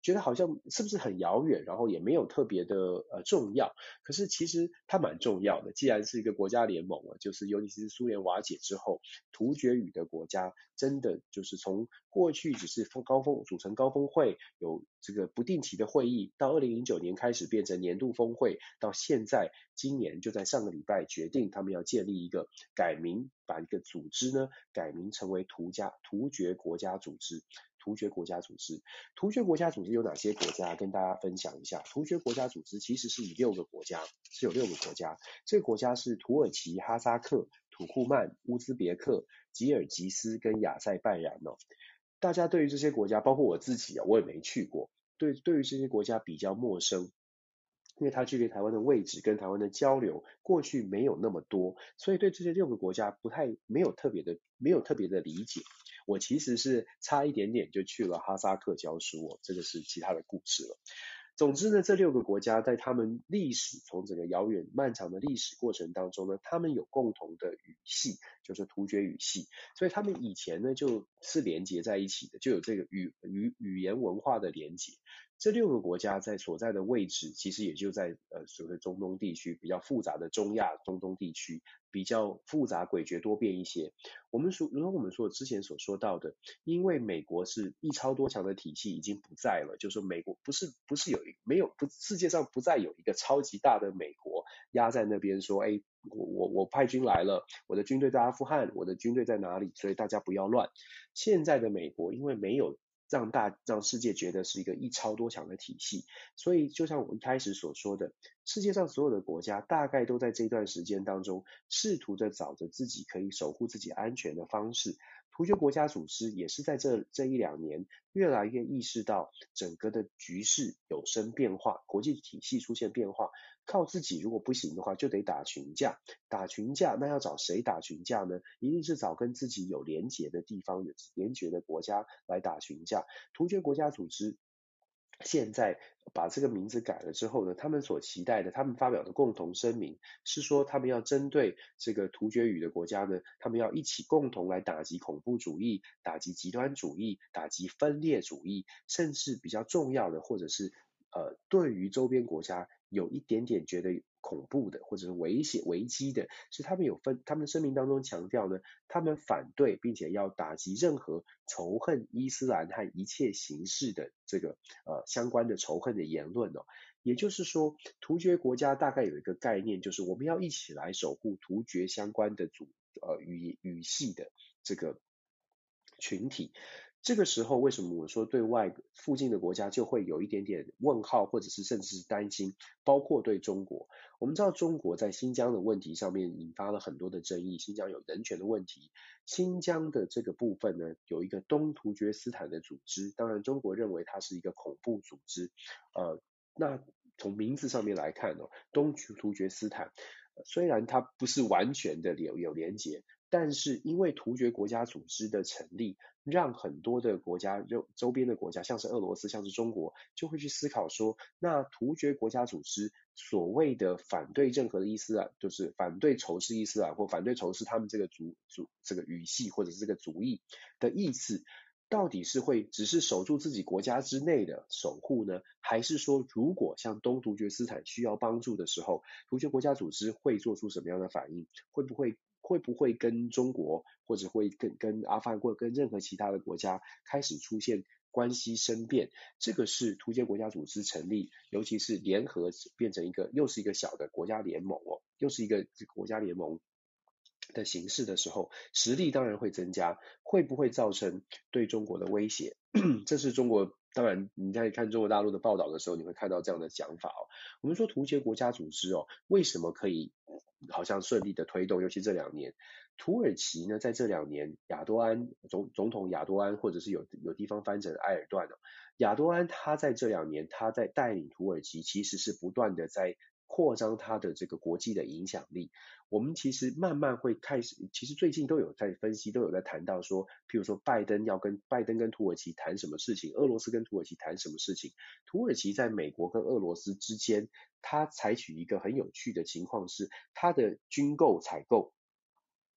觉得好像是不是很遥远，然后也没有特别的呃重要。可是其实它蛮重要的，既然是一个国家联盟了，就是尤其是苏联瓦解之后，突厥语的国家真的就是从过去只是高峰组成高峰会，有这个不定期的会议，到二零零九年开始变成年度峰会，到现在今年就在上个礼拜决定他们要建立一个改名，把一个组织呢改名成为突加突厥国家组织。突厥国家组织，突厥国家组织有哪些国家？跟大家分享一下。突厥国家组织其实是以六个国家，是有六个国家。这个国家是土耳其、哈萨克、土库曼、乌兹别克、吉尔吉斯跟亚塞拜然哦。大家对于这些国家，包括我自己啊，我也没去过，对对于这些国家比较陌生。因为它距离台湾的位置跟台湾的交流过去没有那么多，所以对这些六个国家不太没有特别的没有特别的理解。我其实是差一点点就去了哈萨克教书哦，这个是其他的故事了。总之呢，这六个国家在他们历史从整个遥远漫长的历史过程当中呢，他们有共同的语系，就是突厥语系，所以他们以前呢就是连接在一起的，就有这个语语语言文化的连接。这六个国家在所在的位置，其实也就在呃所谓中东地区比较复杂的中亚中东地区，比较复杂诡谲多变一些。我们说，如果我们说之前所说到的，因为美国是一超多强的体系已经不在了，就是说美国不是不是有一没有不世界上不再有一个超级大的美国压在那边说，哎，我我我派军来了，我的军队在阿富汗，我的军队在哪里，所以大家不要乱。现在的美国因为没有让大让世界觉得是一个一超多强的体系，所以就像我一开始所说的，世界上所有的国家大概都在这段时间当中试图着找着自己可以守护自己安全的方式。突厥国家组织也是在这这一两年越来越意识到整个的局势有生变化，国际体系出现变化，靠自己如果不行的话就得打群架。打群架那要找谁打群架呢？一定是找跟自己有连结的地方有连结的国家来打群架。突厥国家组织现在把这个名字改了之后呢，他们所期待的，他们发表的共同声明是说，他们要针对这个突厥语的国家呢，他们要一起共同来打击恐怖主义、打击极端主义、打击分裂主义，甚至比较重要的，或者是呃，对于周边国家有一点点觉得恐怖的，或者是危险危机的，是他们有分，他们的声明当中强调呢，他们反对并且要打击任何仇恨伊斯兰和一切形式的这个呃相关的仇恨的言论哦。也就是说，突厥国家大概有一个概念，就是我们要一起来守护突厥相关的主呃语语系的这个群体。这个时候，为什么我说对外附近的国家就会有一点点问号，或者是甚至是担心，包括对中国。我们知道中国在新疆的问题上面引发了很多的争议，新疆有人权的问题。新疆的这个部分呢，有一个东突厥斯坦的组织，当然中国认为它是一个恐怖组织。呃，那从名字上面来看哦，东突厥斯坦虽然它不是完全的有有连结，但是因为突厥国家组织的成立，让很多的国家周周边的国家，像是俄罗斯，像是中国，就会去思考说，那突厥国家组织所谓的反对任何的伊斯兰，就是反对仇视伊斯兰或反对仇视他们这个族族这个语系或者是这个族裔的意思，到底是会只是守住自己国家之内的守护呢，还是说如果像东突厥斯坦需要帮助的时候，突厥国家组织会做出什么样的反应？会不会会不会跟中国或者会跟跟阿富汗或者跟任何其他的国家开始出现关系生变？这个是突厥国家组织成立，尤其是联合变成一个又是一个小的国家联盟哦，又是一个国家联盟的形式的时候，实力当然会增加，会不会造成对中国的威胁？这是中国，当然你在看中国大陆的报道的时候，你会看到这样的讲法哦。我们说突厥国家组织哦，为什么可以好像顺利的推动？尤其这两年，土耳其呢，在这两年，亚多安总总统亚多安，或者是有有地方翻成埃尔段哦，亚多安他在这两年，他在带领土耳其，其实是不断的在扩张他的这个国际的影响力。我们其实慢慢会开始，其实最近都有在分析，都有在谈到说，譬如说拜登要跟拜登跟土耳其谈什么事情，俄罗斯跟土耳其谈什么事情。土耳其在美国跟俄罗斯之间，它采取一个很有趣的情况是，它的军购采购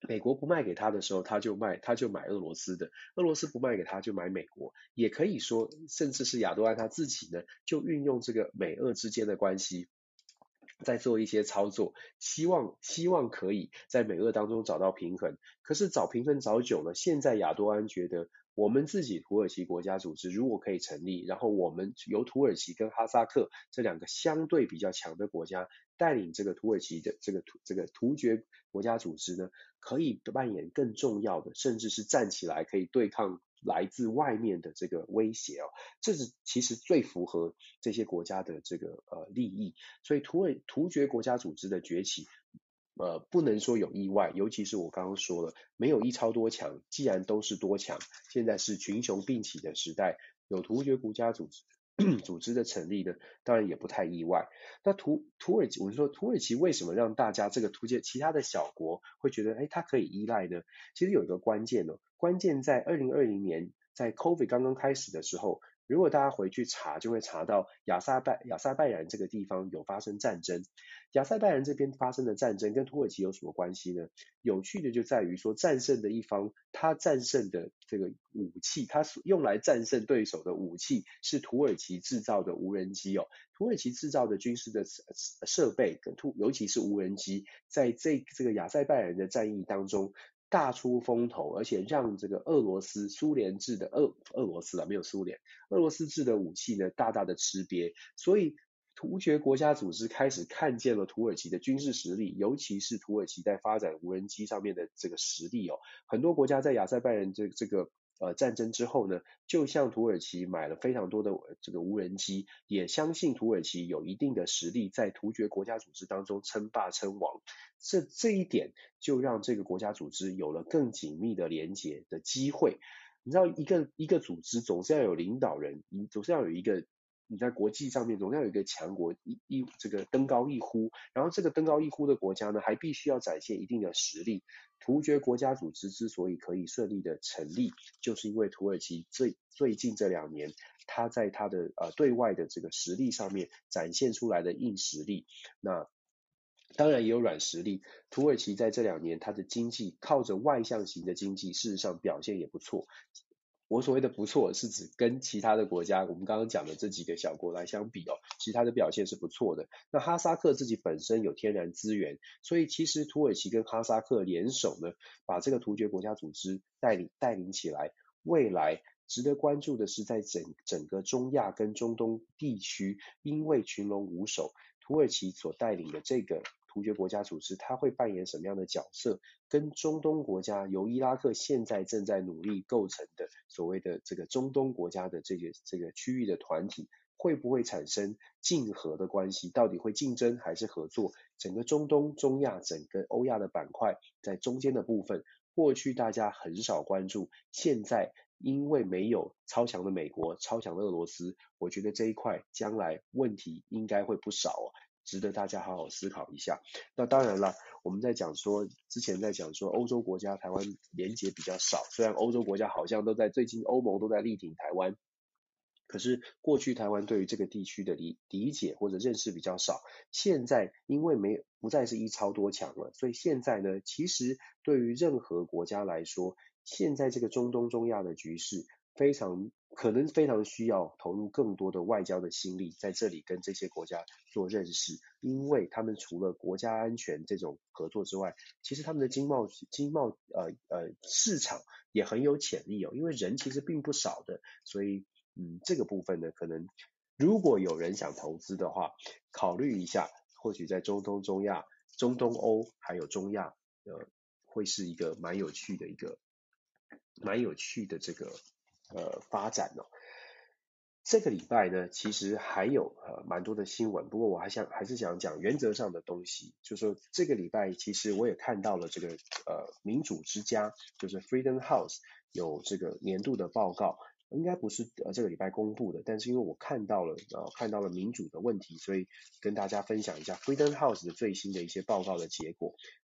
美国不卖给他的时候，他就卖，他就买俄罗斯的；俄罗斯不卖给他，就买美国。也可以说，甚至是亚多安他自己呢，就运用这个美俄之间的关系，在做一些操作，希望希望可以在美俄当中找到平衡。可是找平衡找久了，现在亚多安觉得，我们自己土耳其国家组织如果可以成立，然后我们由土耳其跟哈萨克这两个相对比较强的国家带领这个土耳其的这个突这个突厥国家组织呢，可以扮演更重要的，甚至是站起来可以对抗来自外面的这个威胁哦，这是其实最符合这些国家的这个呃利益。所以土耳突厥国家组织的崛起，呃，不能说有意外，尤其是我刚刚说了，没有一超多强，既然都是多强，现在是群雄并起的时代，有突厥国家组织组织的成立呢，当然也不太意外。那土土耳其，我是说土耳其为什么让大家这个突厥其他的小国会觉得，哎，它可以依赖呢？其实有一个关键哦，关键在二零二零年，在 COVID 刚刚开始的时候，如果大家回去查，就会查到亚塞拜亚塞拜然这个地方有发生战争。亚塞拜然这边发生的战争跟土耳其有什么关系呢？有趣的就在于说，战胜的一方，他战胜的这个武器，他用来战胜对手的武器是土耳其制造的无人机哦。土耳其制造的军事的设备跟土，尤其是无人机，在这这个亚塞拜然的战役当中大出风头，而且让这个俄罗斯苏联制的俄俄罗斯啊，没有苏联，俄罗斯制的武器呢大大的吃瘪，所以突厥国家组织开始看见了土耳其的军事实力，尤其是土耳其在发展无人机上面的这个实力哦。很多国家在亚塞拜然这这个呃战争之后呢，就向土耳其买了非常多的这个无人机，也相信土耳其有一定的实力在突厥国家组织当中称霸称王。这这一点就让这个国家组织有了更紧密的连结的机会。你知道，一个一个组织总是要有领导人，总是要有一个。你在国际上面总要有一个强国一一这个登高一呼，然后这个登高一呼的国家呢，还必须要展现一定的实力。突厥国家组织之所以可以顺利的成立，就是因为土耳其最最近这两年，它在它的呃对外的这个实力上面展现出来的硬实力。那当然也有软实力，土耳其在这两年它的经济靠着外向型的经济，事实上表现也不错。我所谓的不错，是指跟其他的国家，我们刚刚讲的这几个小国来相比哦，其他的表现是不错的。那哈萨克自己本身有天然资源，所以其实土耳其跟哈萨克联手呢，把这个突厥国家组织带领带领起来。未来值得关注的是，在整整个中亚跟中东地区，因为群龙无首，土耳其所带领的这个突厥国家组织，它会扮演什么样的角色？跟中东国家由伊拉克现在正在努力构成的所谓的这个中东国家的这个这个区域的团体，会不会产生竞合的关系？到底会竞争还是合作？整个中东、中亚、整个欧亚的板块在中间的部分，过去大家很少关注，现在因为没有超强的美国、超强的俄罗斯，我觉得这一块将来问题应该会不少哦，值得大家好好思考一下。那当然了，我们在讲说，之前在讲说欧洲国家台湾连结比较少，虽然欧洲国家好像都在最近欧盟都在力挺台湾，可是过去台湾对于这个地区的理理解或者认识比较少，现在因为没不再是一超多强了，所以现在呢，其实对于任何国家来说，现在这个中东中亚的局势非常可能非常需要投入更多的外交的心力在这里跟这些国家做认识，因为他们除了国家安全这种合作之外，其实他们的经贸经贸呃呃市场也很有潜力哦，因为人其实并不少的，所以嗯这个部分呢，可能如果有人想投资的话，考虑一下，或许在中东中亚、中东欧还有中亚，呃，会是一个蛮有趣的一个蛮有趣的这个呃发展哦。这个礼拜呢，其实还有呃蛮多的新闻，不过我还想还是想讲原则上的东西，就是说这个礼拜其实我也看到了这个呃民主之家，就是 Freedom House 有这个年度的报告，应该不是呃这个礼拜公布的，但是因为我看到了呃看到了民主的问题，所以跟大家分享一下 Freedom House 的最新的一些报告的结果。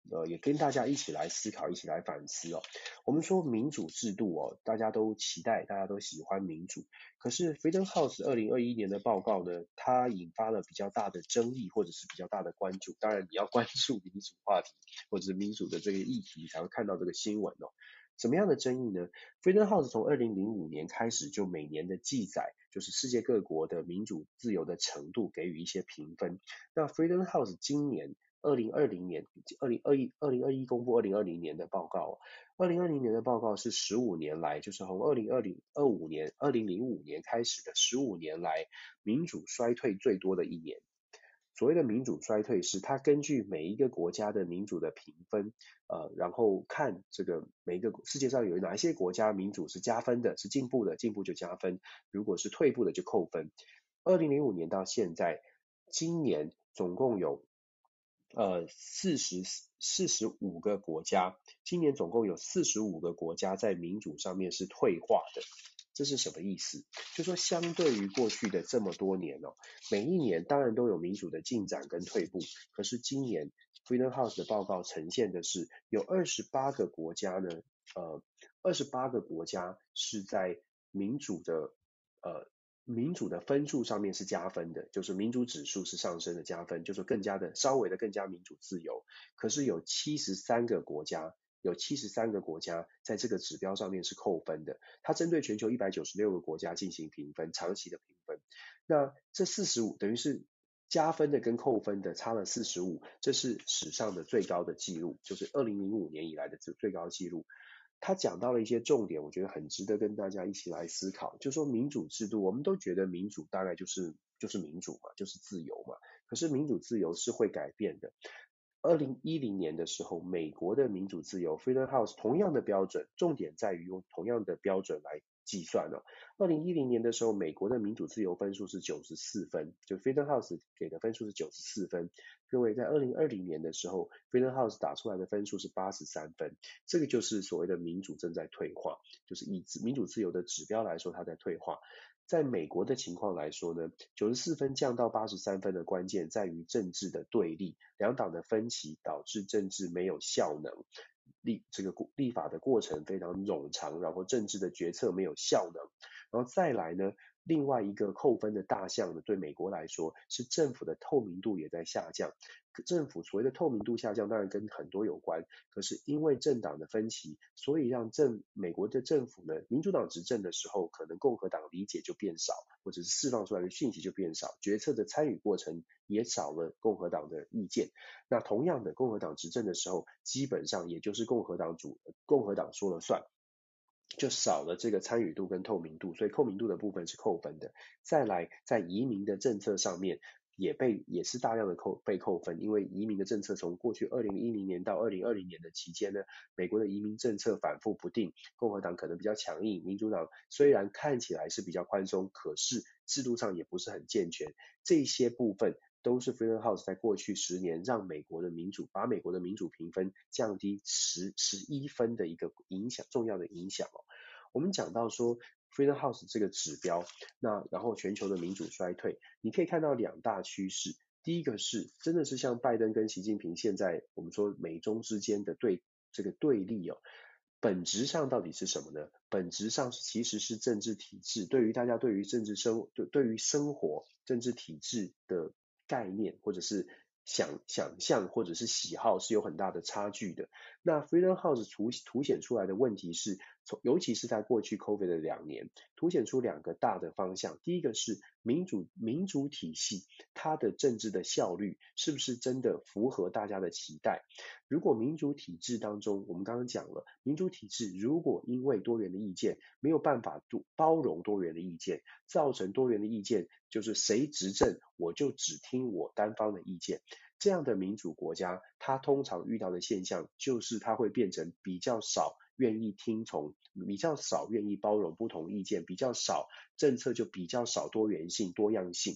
呃也跟大家一起来思考，一起来反思哦。我们说民主制度哦，大家都期待，大家都喜欢民主。可是 Freedom House 二零二一年的报告呢，它引发了比较大的争议，或者是比较大的关注。当然，你要关注民主话题或者是民主的这个议题，才会看到这个新闻哦。什么样的争议呢 ？Freedom House 从二零零五年开始就每年的记载，就是世界各国的民主自由的程度，给予一些评分。那 Freedom House 今年二零二零年、二零二一、二零二一公布二零二零年的报告。二零二零年的报告是十五年来，就是从二零二零二五年、二零零五年开始的十五年来，民主衰退最多的一年。所谓的民主衰退是它根据每一个国家的民主的评分，呃，然后看这个每一个世界上有哪一些国家民主是加分的，是进步的，进步就加分；如果是退步的就扣分。二零零五年到现在，今年总共有呃四十四十五个国家，今年总共有四十五个国家在民主上面是退化的。这是什么意思？就说相对于过去的这么多年哦，每一年当然都有民主的进展跟退步，可是今年 Freedom House 的报告呈现的是有二十八个国家呢，呃，二十八个国家是在民主的呃民主的分数上面是加分的，就是民主指数是上升的加分，就是更加的稍微的更加民主自由。可是有七十三个国家。有七十三个国家在这个指标上面是扣分的，它针对全球一百九十六个国家进行评分，长期的评分。那这四十五等于是加分的跟扣分的差了四十五，这是史上的最高的记录，就是二零零五年以来的最高纪录。他讲到了一些重点，我觉得很值得跟大家一起来思考。就说民主制度，我们都觉得民主大概就是就是民主嘛，就是自由嘛。可是民主自由是会改变的。二零一零年的时候，美国的民主自由 Freedom House 同样的标准，重点在于用同样的标准来计算哦。二零一零年的时候，美国的民主自由分数是九十四分，就 Freedom House 给的分数是九十四分。各位在二零二零年的时候 ，Freedom House 打出来的分数是八十三分，这个就是所谓的民主正在退化，就是以民主自由的指标来说，它在退化。在美国的情况来说呢，九十四分降到八十三分的关键在于政治的对立，两党的分歧导致政治没有效能，立这个立法的过程非常冗长，然后政治的决策没有效能，然后再来呢，另外一个扣分的大项呢，对美国来说是政府的透明度也在下降。政府所谓的透明度下降，当然跟很多有关，可是因为政党的分歧，所以让政美国的政府呢，民主党执政的时候，可能共和党理解就变少，或者是释放出来的讯息就变少，决策的参与过程也少了共和党的意见。那同样的，共和党执政的时候，基本上也就是共和党主共和党说了算。就少了这个参与度跟透明度，所以透明度的部分是扣分的。再来，在移民的政策上面也被也是大量的扣被扣分，因为移民的政策从过去二零一零年到二零二零年的期间呢，美国的移民政策反复不定，共和党可能比较强硬，民主党虽然看起来是比较宽松，可是制度上也不是很健全，这些部分都是 Freedom House 在过去十年让美国的民主把美国的民主评分降低十十一分的一个影响，重要的影响哦。我们讲到说 Freedom House 这个指标，那然后全球的民主衰退，你可以看到两大趋势。第一个是真的是像拜登跟习近平现在我们说美中之间的对这个对立哦。本质上到底是什么呢？本质上其实是政治体制，对于大家对于政治生对对于生活政治体制的概念，或者是想想象或者是喜好是有很大的差距的。那 Freedom House 凸凸显出来的问题是，从尤其是在过去 COVID 的两年，凸显出两个大的方向。第一个是民主民主体系，它的政治的效率是不是真的符合大家的期待？如果民主体制当中，我们刚刚讲了，民主体制如果因为多元的意见没有办法包容多元的意见，造成多元的意见就是谁执政我就只听我单方的意见，这样的民主国家，它通常遇到的现象就是它会变成比较少愿意听从，比较少愿意包容不同意见，比较少政策就比较少多元性多样性。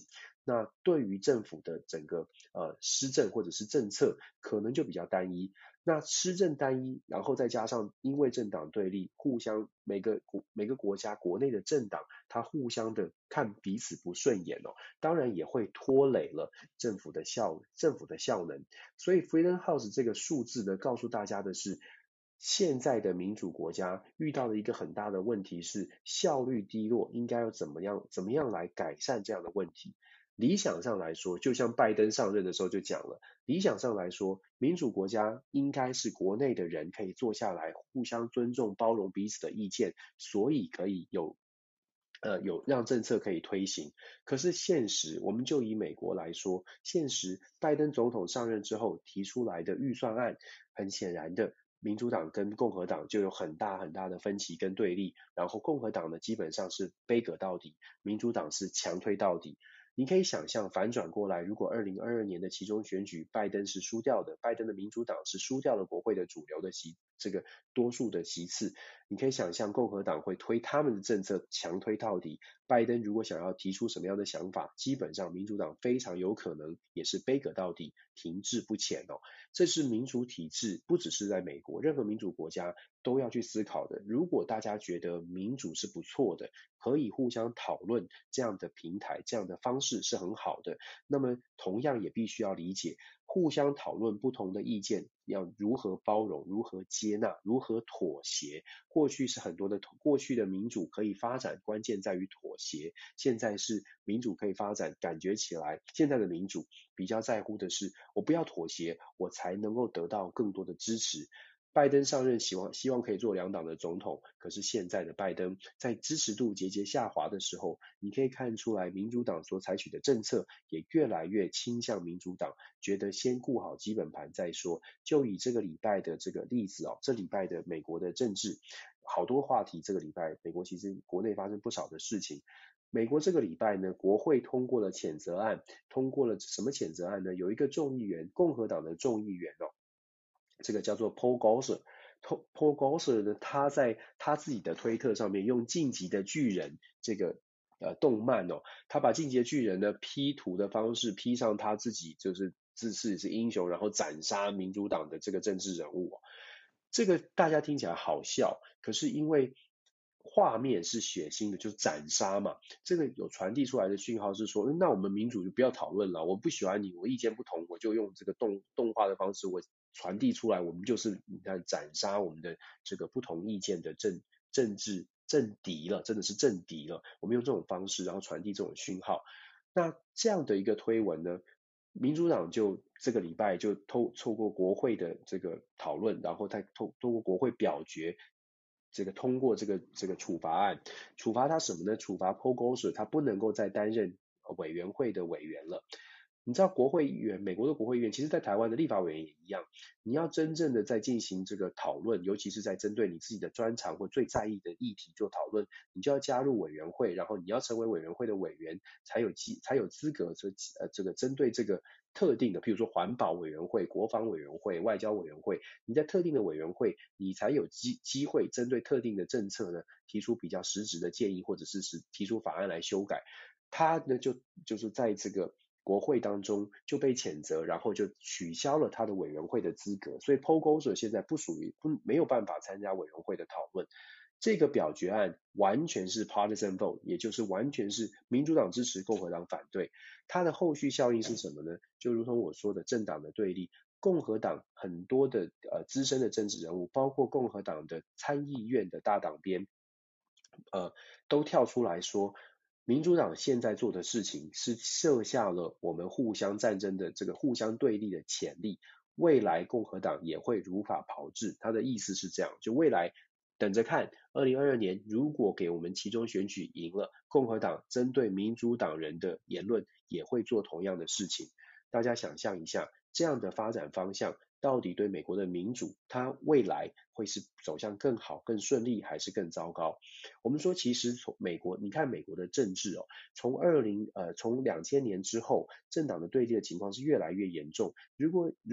那对于政府的整个呃施政或者是政策，可能就比较单一。那施政单一，然后再加上因为政党对立，互相每个国每个国家国内的政党，它互相的看彼此不顺眼哦，当然也会拖累了政府的效政府的效能。所以 Freedom House 这个数字呢，告诉大家的是，现在的民主国家遇到的一个很大的问题是效率低落，应该要怎么样怎么样来改善这样的问题。理想上来说，就像拜登上任的时候就讲了，理想上来说，民主国家应该是国内的人可以坐下来，互相尊重、包容彼此的意见，所以可以有呃有让政策可以推行。可是现实，我们就以美国来说，现实拜登总统上任之后提出来的预算案，很显然的，民主党跟共和党就有很大很大的分歧跟对立，然后共和党呢基本上是杯葛到底，民主党是强推到底。你可以想象反转过来，如果二零二二年的期中选举拜登是输掉的，拜登的民主党是输掉了国会的主流的席，这个多数的席次，你可以想象共和党会推他们的政策强推到底。拜登如果想要提出什么样的想法，基本上民主党非常有可能也是杯葛到底，停滞不前哦。这是民主体制，不只是在美国，任何民主国家都要去思考的。如果大家觉得民主是不错的，可以互相讨论这样的平台，这样的方式是很好的，那么同样也必须要理解，互相讨论不同的意见，要如何包容，如何接纳，如何妥协。过去是很多的，过去的民主可以发展，关键在于妥协。现在是民主可以发展，感觉起来现在的民主比较在乎的是，我不要妥协，我才能够得到更多的支持。拜登上任希望希望可以做两党的总统，可是现在的拜登在支持度节节下滑的时候，你可以看出来民主党所采取的政策也越来越倾向民主党，觉得先顾好基本盘再说。就以这个礼拜的这个例子哦，这礼拜的美国的政治好多话题，这个礼拜美国其实国内发生不少的事情。美国这个礼拜呢，国会通过了谴责案，通过了什么谴责案呢？有一个众议员，共和党的众议员哦，这个叫做 Paul Gosar。Paul Gosar 呢，他在他自己的推特上面用《晋级的巨人》这个呃动漫哦，他把《晋级的巨人》呢 P 图的方式 P 上他自己就是自视是英雄，然后斩杀民主党的这个政治人物哦。这个大家听起来好笑，可是因为画面是血腥的，就是斩杀嘛，这个有传递出来的讯号是说，那我们民主就不要讨论了，我不喜欢你，我意见不同，我就用这个动动画的方式，我传递出来，我们就是你看斩杀我们的这个不同意见的政政治政敌了，真的是政敌了，我们用这种方式，然后传递这种讯号。那这样的一个推文呢，民主党就这个礼拜就透透过国会的这个讨论，然后再透透过国会表决，这个通过这个这个处罚案。处罚他什么呢？处罚 Paul Gosar 他不能够再担任委员会的委员了。你知道国会议员，美国的国会议员，其实在台湾的立法委员也一样，你要真正的在进行这个讨论，尤其是在针对你自己的专长或最在意的议题做讨论，你就要加入委员会，然后你要成为委员会的委员，才有机才有资格这呃这个针对这个特定的，譬如说环保委员会、国防委员会、外交委员会，你在特定的委员会，你才有机机会针对特定的政策呢，提出比较实质的建议，或者是实提出法案来修改。他呢就就是在这个国会当中就被谴责，然后就取消了他的委员会的资格，所以 Paul Gosar 现在不属于不没有办法参加委员会的讨论。这个表决案完全是 partisan vote， 也就是完全是民主党支持，共和党反对。它的后续效应是什么呢？就如同我说的政党的对立，共和党很多的呃资深的政治人物，包括共和党的参议院的大党鞭，呃，都跳出来说，民主党现在做的事情是设下了我们互相战争的这个互相对立的潜力，未来共和党也会如法炮制。他的意思是这样，就未来等着看，二零二二年如果给我们期中选举赢了，共和党针对民主党人的言论也会做同样的事情。大家想象一下，这样的发展方向到底对美国的民主，它未来会是走向更好、更顺利，还是更糟糕？我们说，其实从美国，你看美国的政治哦，从二零呃从两千年之后，政党的对立的情况是越来越严重。如果如果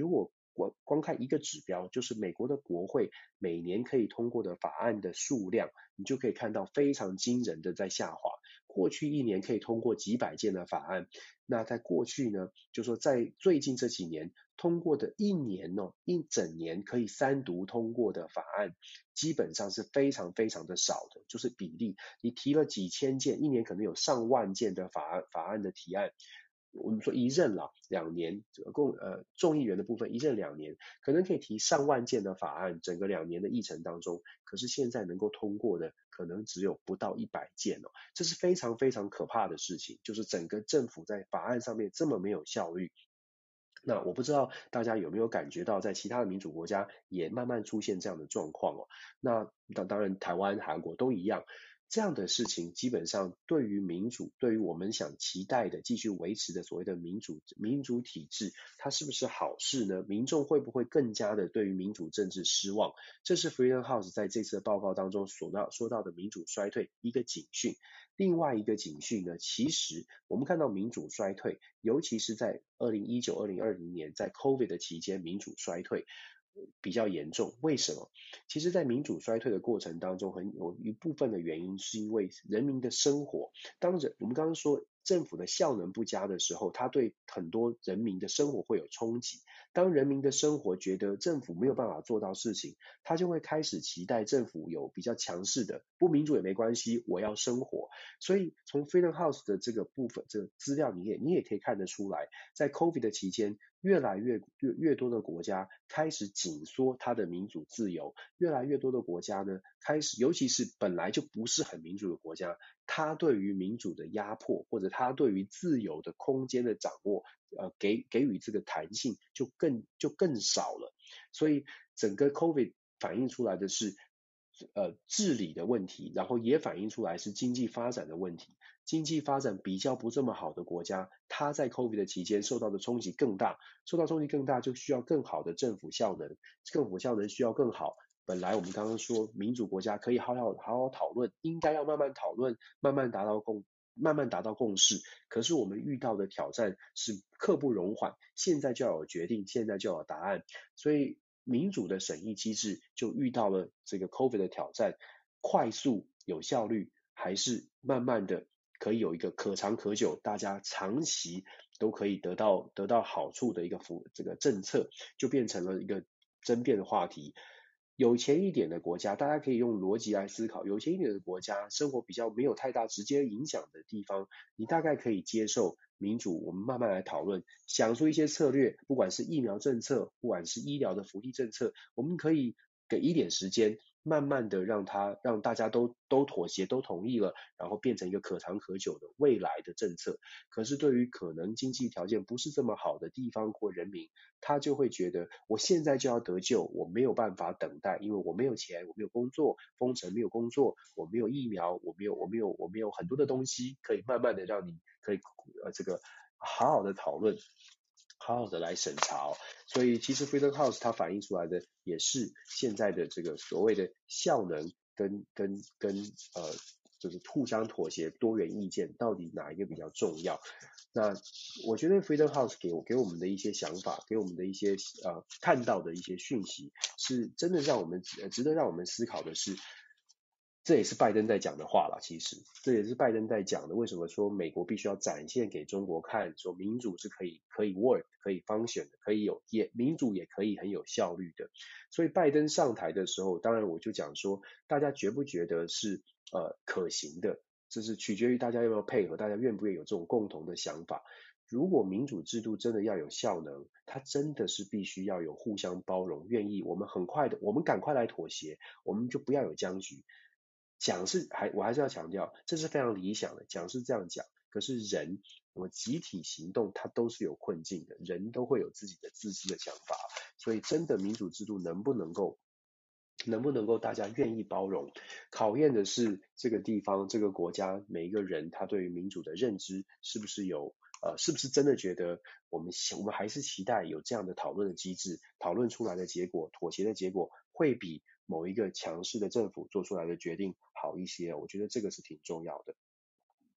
光光看一个指标，就是美国的国会每年可以通过的法案的数量，你就可以看到非常惊人的在下滑。过去一年可以通过几百件的法案，那在过去呢，就说在最近这几年通过的一年哦，一整年可以三读通过的法案，基本上是非常非常的少的，就是比例，你提了几千件，一年可能有上万件的法案法案的提案。我们说一任啦，两年共呃众议员的部分一任两年，可能可以提上万件的法案，整个两年的议程当中，可是现在能够通过的可能只有不到一百件哦，这是非常非常可怕的事情，就是整个政府在法案上面这么没有效率。那我不知道大家有没有感觉到，在其他的民主国家也慢慢出现这样的状况哦。那当当然，台湾、韩国都一样。这样的事情基本上对于民主，对于我们想期待的继续维持的所谓的民主民主体制，它是不是好事呢？民众会不会更加的对于民主政治失望？这是 Freedom House 在这次的报告当中所到说到的民主衰退一个警讯。另外一个警讯呢，其实我们看到民主衰退，尤其是在二零一九、二零二零年在 COVID 的期间，民主衰退比较严重。为什么？其实，在民主衰退的过程当中，很有一部分的原因是因为人民的生活。当然，我们刚刚说政府的效能不佳的时候，它对很多人民的生活会有冲击。当人民的生活觉得政府没有办法做到事情，他就会开始期待政府有比较强势的，不民主也没关系，我要生活。所以从 Freedom House 的这个部分，这个资料你也你也可以看得出来，在 COVID 的期间，越来越越越多的国家开始紧缩它的民主自由，越来越多的国家呢，开始尤其是本来就不是很民主的国家，它对于民主的压迫，或者它对于自由的空间的掌握，呃，给给予这个弹性就更就更少了。所以整个 COVID 反映出来的是呃治理的问题，然后也反映出来是经济发展的问题。经济发展比较不这么好的国家，它在 COVID 的期间受到的冲击更大，受到冲击更大就需要更好的政府效能，政府效能需要更好。本来我们刚刚说民主国家可以好好好好讨论，应该要慢慢讨论，慢慢达到共慢慢达到共识。可是我们遇到的挑战是刻不容缓，现在就要有决定，现在就要有答案。所以民主的审议机制就遇到了这个 COVID 的挑战，快速有效率，还是慢慢的可以有一个可长可久，大家长期都可以得到得到好处的一个服这个政策，就变成了一个争辩的话题。有钱一点的国家，大家可以用逻辑来思考，有钱一点的国家，生活比较没有太大直接影响的地方，你大概可以接受民主，我们慢慢来讨论，想出一些策略，不管是疫苗政策，不管是医疗的福利政策，我们可以给一点时间，慢慢的让它让大家都都妥协都同意了，然后变成一个可长可久的未来的政策。可是对于可能经济条件不是这么好的地方或人民，他就会觉得我现在就要得救，我没有办法等待，因为我没有钱，我没有工作，封城没有工作，我没有疫苗，我没有我没有我没有很多的东西可以慢慢的让你可以呃这个好好的讨论，好好的来审查哦。所以其实 Freedom House 它反映出来的也是现在的这个所谓的效能跟跟跟呃就是互相妥协多元意见到底哪一个比较重要。那我觉得 Freedom House 给我给我们的一些想法，给我们的一些呃看到的一些讯息，是真的让我们呃值得让我们思考的是，这也是拜登在讲的话啦，其实这也是拜登在讲的。为什么说美国必须要展现给中国看，说民主是可以可以 work 可以 function 的，可以有也民主也可以很有效率的。所以拜登上台的时候，当然我就讲说，大家觉不觉得是呃可行的？这是取决于大家要不要配合，大家愿不愿意有这种共同的想法。如果民主制度真的要有效能，它真的是必须要有互相包容，愿意我们很快的，我们赶快来妥协，我们就不要有僵局。讲是还我还是要强调，这是非常理想的，讲是这样讲，可是人我集体行动它都是有困境的，人都会有自己的自私的想法，所以真的民主制度能不能够能不能够大家愿意包容，考验的是这个地方这个国家每一个人他对于民主的认知是不是有呃是不是真的觉得我们我们还是期待有这样的讨论的机制，讨论出来的结果妥协的结果会比某一个强势的政府做出来的决定好一些，我觉得这个是挺重要的。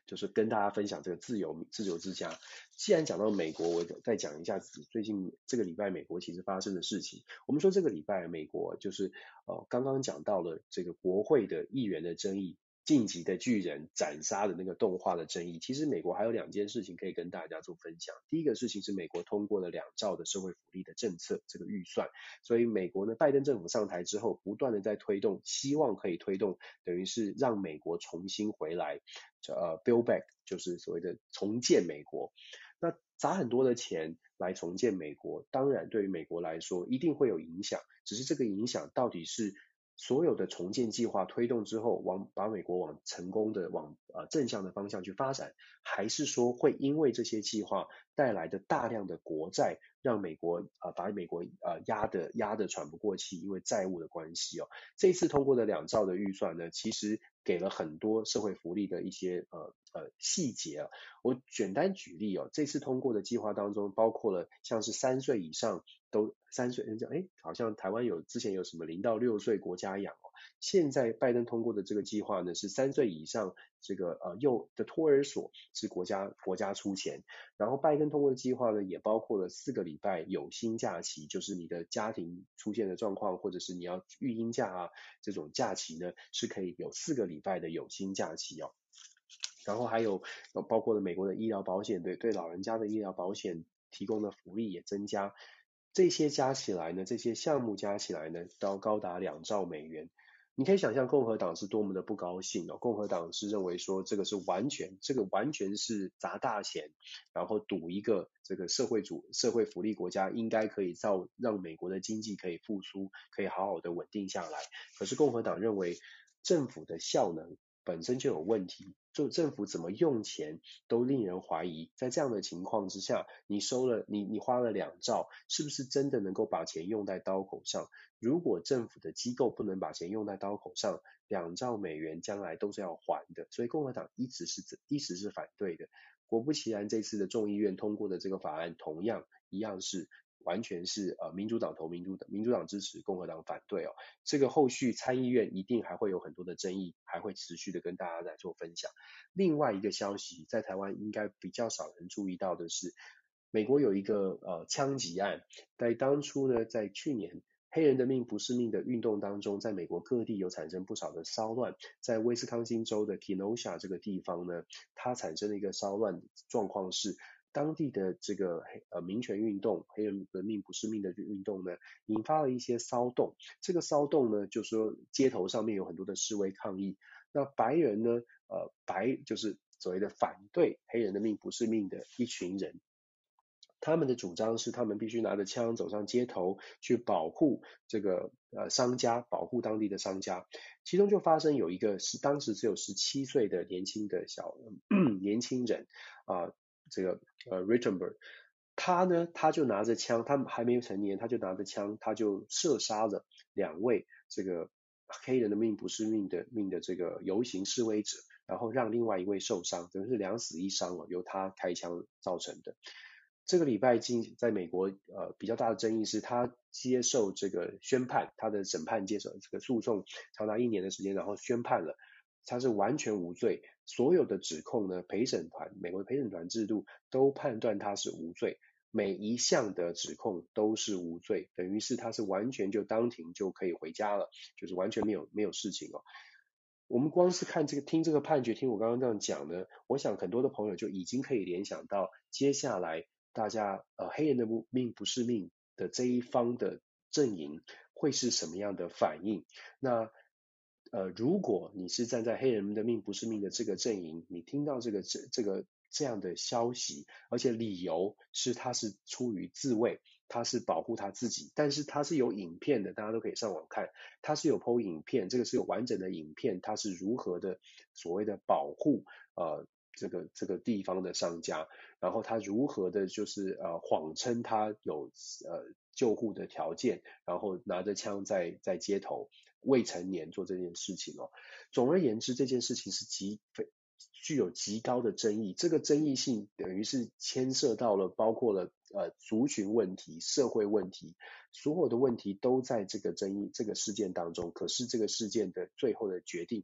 就是跟大家分享这个自由自由之家。既然讲到美国，我再讲一下最近这个礼拜美国其实发生的事情。我们说这个礼拜美国就是呃刚刚讲到了这个国会的议员的争议，晋级的巨人斩杀的那个动画的争议。其实美国还有两件事情可以跟大家做分享。第一个事情是美国通过了两兆的社会福利的政策这个预算，所以美国呢拜登政府上台之后，不断的在推动，希望可以推动，等于是让美国重新回来，呃 build back 就是所谓的重建美国。那砸很多的钱来重建美国，当然对于美国来说一定会有影响，只是这个影响到底是所有的重建计划推动之后，往把美国往成功的往呃正向的方向去发展，还是说会因为这些计划带来的大量的国债，让美国呃把美国呃压的压的喘不过气，因为债务的关系哦。这一次通过的两兆的预算呢，其实给了很多社会福利的一些呃呃细节啊。我简单举例哦，这次通过的计划当中，包括了像是三岁以上都三岁，人家哎，好像台湾有之前有什么零到六岁国家养哦，现在拜登通过的这个计划呢，是三岁以上这个呃幼的托儿所是国家国家出钱，然后拜登通过的计划呢，也包括了四个礼拜有薪假期，就是你的家庭出现的状况，或者是你要育婴假啊这种假期呢，是可以有四个礼拜的有薪假期哦。然后还有包括了美国的医疗保险，对对老人家的医疗保险提供的福利也增加，这些加起来呢，这些项目加起来呢，都高达两兆美元。你可以想象共和党是多么的不高兴哦，共和党是认为说这个是完全，这个完全是砸大钱，然后赌一个这个社会主社会福利国家应该可以造让美国的经济可以复苏，可以好好的稳定下来。可是共和党认为政府的效能本身就有问题，就政府怎么用钱都令人怀疑。在这样的情况之下，你收了你你花了两兆，是不是真的能够把钱用在刀口上？如果政府的机构不能把钱用在刀口上，两兆美元将来都是要还的。所以共和党一直是一直是反对的。果不其然，这次的众议院通过的这个法案，同样一样是完全是呃民主党投民主党，民主党支持，共和党反对哦。这个后续参议院一定还会有很多的争议，还会持续的跟大家来做分享。另外一个消息，在台湾应该比较少人注意到的是，美国有一个呃枪击案，在当初呢，在去年黑人的命不是命的运动当中，在美国各地有产生不少的骚乱，在威斯康星州的 Kenosha 这个地方呢，它产生了一个骚乱状况是，当地的这个呃民权运动，黑人的命不是命的运动呢，引发了一些骚动。这个骚动呢，就说街头上面有很多的示威抗议，那白人呢，呃白就是所谓的反对黑人的命不是命的一群人。他们的主张是，他们必须拿着枪走上街头，去保护这个呃商家，保护当地的商家。其中就发生有一个是当时只有十七岁的年轻的小、呃、年轻人啊、呃，这个呃 Rittenberg， 他呢他就拿着枪，他还没有成年，他就拿着枪，他就射杀了两位这个黑人的命不是命的命的这个游行示威者，然后让另外一位受伤，等于是两死一伤哦，由他开枪造成的。这个礼拜进在美国呃比较大的争议是，他接受这个宣判，他的审判接受这个诉讼长达一年的时间，然后宣判了，他是完全无罪，所有的指控呢，陪审团美国的陪审团制度都判断他是无罪，每一项的指控都是无罪，等于是他是完全就当庭就可以回家了，就是完全没有没有事情哦。我们光是看这个听这个判决，听我刚刚这样讲呢，我想很多的朋友就已经可以联想到接下来大家呃黑人的命不是命的这一方的阵营会是什么样的反应。那呃如果你是站在黑人的命不是命的这个阵营，你听到这个这这个这样的消息，而且理由是他是出于自卫，他是保护他自己，但是他是有影片的，大家都可以上网看，他是有 P O 影片，这个是有完整的影片，他是如何的所谓的保护呃这个这个地方的商家，然后他如何的就是呃谎称他有呃救护的条件，然后拿着枪在在街头未成年做这件事情哦。总而言之，这件事情是极具有极高的争议，这个争议性等于是牵涉到了包括了呃族群问题、社会问题，所有的问题都在这个争议这个事件当中。可是这个事件的最后的决定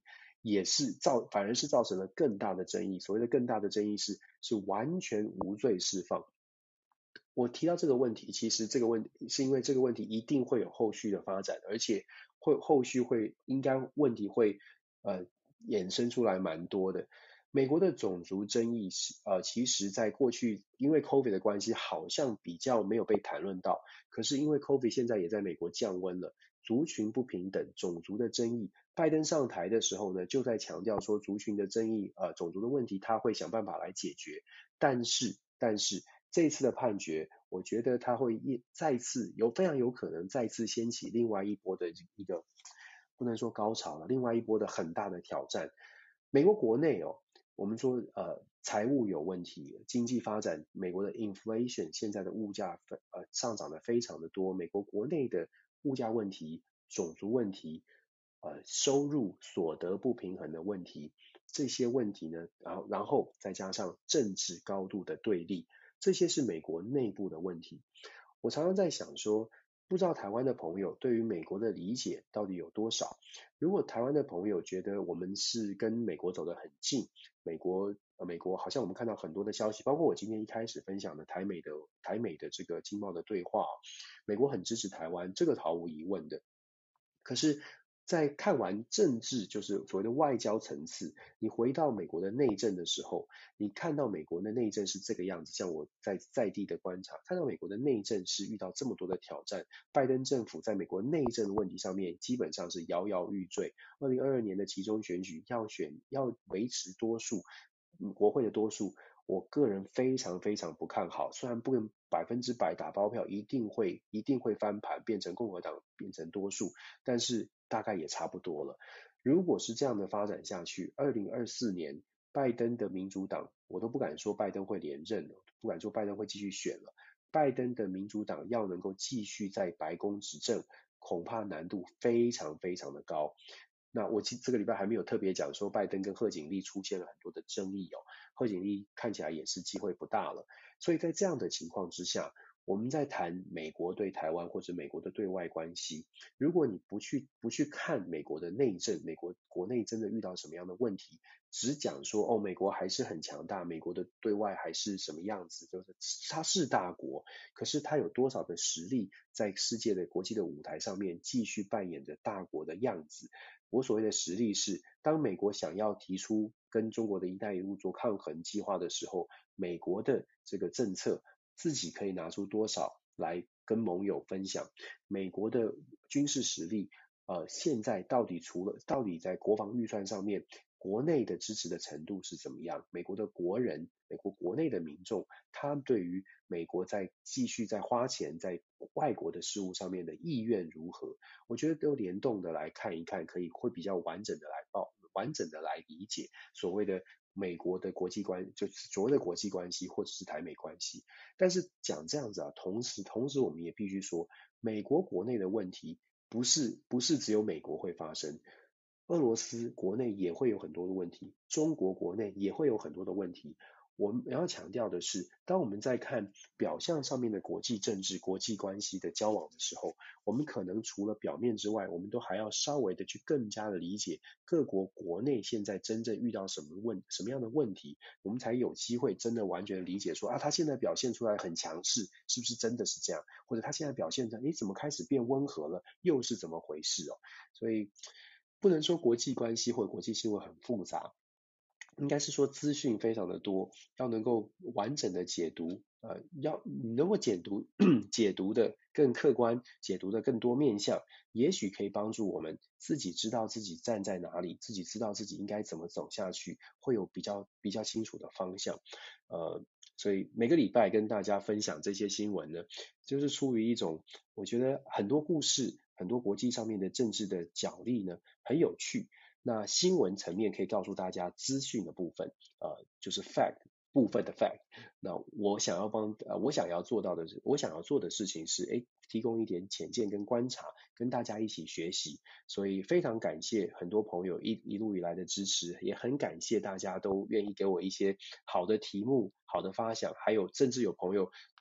也是造反而是造成了更大的争议。所谓的更大的争议是是完全无罪释放。我提到这个问题，其实这个问题是因为这个问题一定会有后续的发展，而且会后续会应该问题会呃衍生出来蛮多的。美国的种族争议是呃，其实在过去因为 COVID 的关系，好像比较没有被谈论到。可是因为 COVID 现在也在美国降温了，族群不平等、种族的争议，拜登上台的时候呢，就在强调说族群的争议、呃种族的问题，他会想办法来解决。但是但是这一次的判决，我觉得他会一再次有非常有可能再次掀起另外一波的一个不能说高潮了，另外一波的很大的挑战。美国国内哦，我们说呃财务有问题，经济发展，美国的 inflation 现在的物价呃上涨的非常的多，美国国内的物价问题、种族问题、呃收入所得不平衡的问题，这些问题呢，然后然后再加上政治高度的对立，这些是美国内部的问题。我常常在想说，不知道台湾的朋友对于美国的理解到底有多少？如果台湾的朋友觉得我们是跟美国走得很近，美国呃美国好像我们看到很多的消息，包括我今天一开始分享的台美的台美的这个经贸的对话，美国很支持台湾，这个毫无疑问的。可是，在看完政治，就是所谓的外交层次，你回到美国的内政的时候，你看到美国的内政是这个样子，像我在在地的观察，看到美国的内政是遇到这么多的挑战，拜登政府在美国内政问题上面基本上是摇摇欲坠。二零二二年的期中选举要选要维持多数，嗯国会的多数，我个人非常非常不看好。虽然不能百分之百打包票，一定会一定会翻盘，变成共和党变成多数，但是大概也差不多了。如果是这样的发展下去，二零二四年拜登的民主党，我都不敢说拜登会连任了，不敢说拜登会继续选了。拜登的民主党要能够继续在白宫执政，恐怕难度非常非常的高。那我这个礼拜还没有特别讲说拜登跟贺锦丽出现了很多的争议哦，贺锦丽看起来也是机会不大了。所以在这样的情况之下，我们在谈美国对台湾或者美国的对外关系，如果你不去不去看美国的内政，美国国内真的遇到什么样的问题，只讲说哦美国还是很强大，美国的对外还是什么样子，就是它是大国，可是它有多少的实力在世界的国际的舞台上面继续扮演着大国的样子。我所谓的实力是，当美国想要提出跟中国的一带一路做抗衡计划的时候，美国的这个政策自己可以拿出多少来跟盟友分享。美国的军事实力呃，现在到底除了到底在国防预算上面，国内的支持的程度是怎么样？美国的国人，美国国内的民众，他对于美国在继续在花钱在外国的事务上面的意愿如何？我觉得都联动的来看一看，可以会比较完整的来报，完整的来理解所谓的美国的国际关，就是所谓的国际关系或者是台美关系。但是讲这样子啊，同时同时我们也必须说，美国国内的问题不是不是只有美国会发生。俄罗斯国内也会有很多的问题，中国国内也会有很多的问题。我们要强调的是，当我们在看表象上面的国际政治、国际关系的交往的时候，我们可能除了表面之外，我们都还要稍微的去更加的理解各国国内现在真正遇到什么问什么样的问题，我们才有机会真的完全理解说啊，他现在表现出来很强势，是不是真的是这样？或者他现在表现成，诶，怎么开始变温和了，又是怎么回事哦？所以不能说国际关系或者国际新闻很复杂，应该是说资讯非常的多，要能够完整的解读，呃，要你能够解读解读的更客观，解读的更多面向，也许可以帮助我们自己知道自己站在哪里，自己知道自己应该怎么走下去，会有比较比较清楚的方向。呃，所以每个礼拜跟大家分享这些新闻呢，就是出于一种我觉得很多故事，很多国际上面的政治的角力呢，很有趣。那新闻层面可以告诉大家资讯的部分，呃，就是 fact 部分的 fact。那我想要帮呃，我想要做到的是，我想要做的事情是，诶，提供一点浅见跟观察，跟大家一起学习。所以非常感谢很多朋友一一路以来的支持，也很感谢大家都愿意给我一些好的题目、好的发想，还有甚至有朋友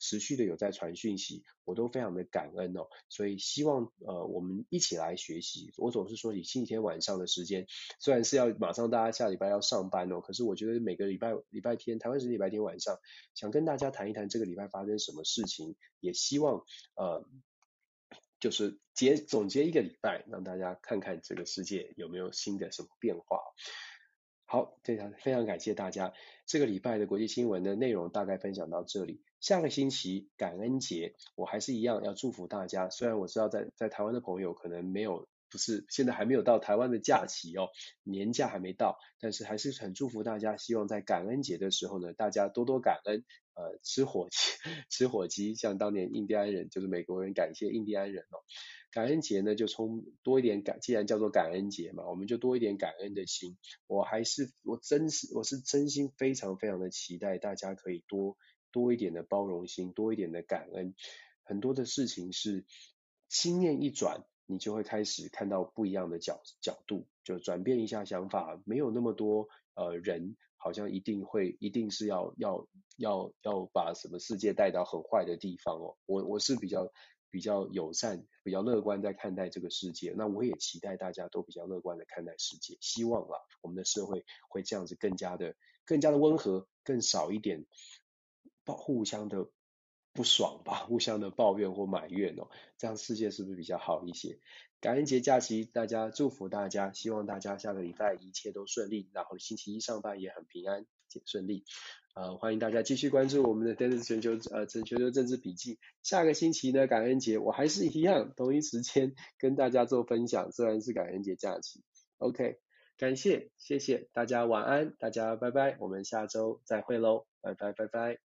持续的有在传讯息，我都非常的感恩哦。所以希望呃我们一起来学习。我总是说以星期天晚上的时间，虽然是要马上大家下礼拜要上班哦，可是我觉得每个礼拜礼拜天台湾时间礼拜天晚上，想跟大家谈一谈这个礼拜发生什么事情，也希望呃就是结总结一个礼拜，让大家看看这个世界有没有新的什么变化。好，非常非常感谢大家。这个礼拜的国际新闻的内容大概分享到这里。下个星期感恩节，我还是一样要祝福大家。虽然我知道在在台湾的朋友可能没有，不是现在还没有到台湾的假期哦，年假还没到，但是还是很祝福大家。希望在感恩节的时候呢，大家多多感恩，呃，吃火鸡，吃火鸡，像当年印第安人，就是美国人感谢印第安人哦。感恩节呢，就充多一点感，既然叫做感恩节嘛，我们就多一点感恩的心。我还是我真是我是真心非常非常的期待大家可以多多一点的包容心，多一点的感恩。很多的事情是心念一转，你就会开始看到不一样的角角度，就转变一下想法，没有那么多呃人好像一定会一定是要要要要把什么世界带到很坏的地方哦。我我是比较比较友善、比较乐观在看待这个世界。那我也期待大家都比较乐观的看待世界，希望啦，我们的社会会这样子更加的、更加的温和，更少一点互相的不爽吧，互相的抱怨或埋怨哦，这样世界是不是比较好一些？感恩节假期，大家祝福大家，希望大家下个礼拜一切都顺利，然后星期一上班也很平安也顺利。呃，欢迎大家继续关注我们的电视全球呃全球政治笔记。下个星期呢，感恩节我还是一样同一时间跟大家做分享，虽然是感恩节假期。OK， 感谢，谢谢大家，晚安，大家拜拜，我们下周再会喽，拜拜拜拜。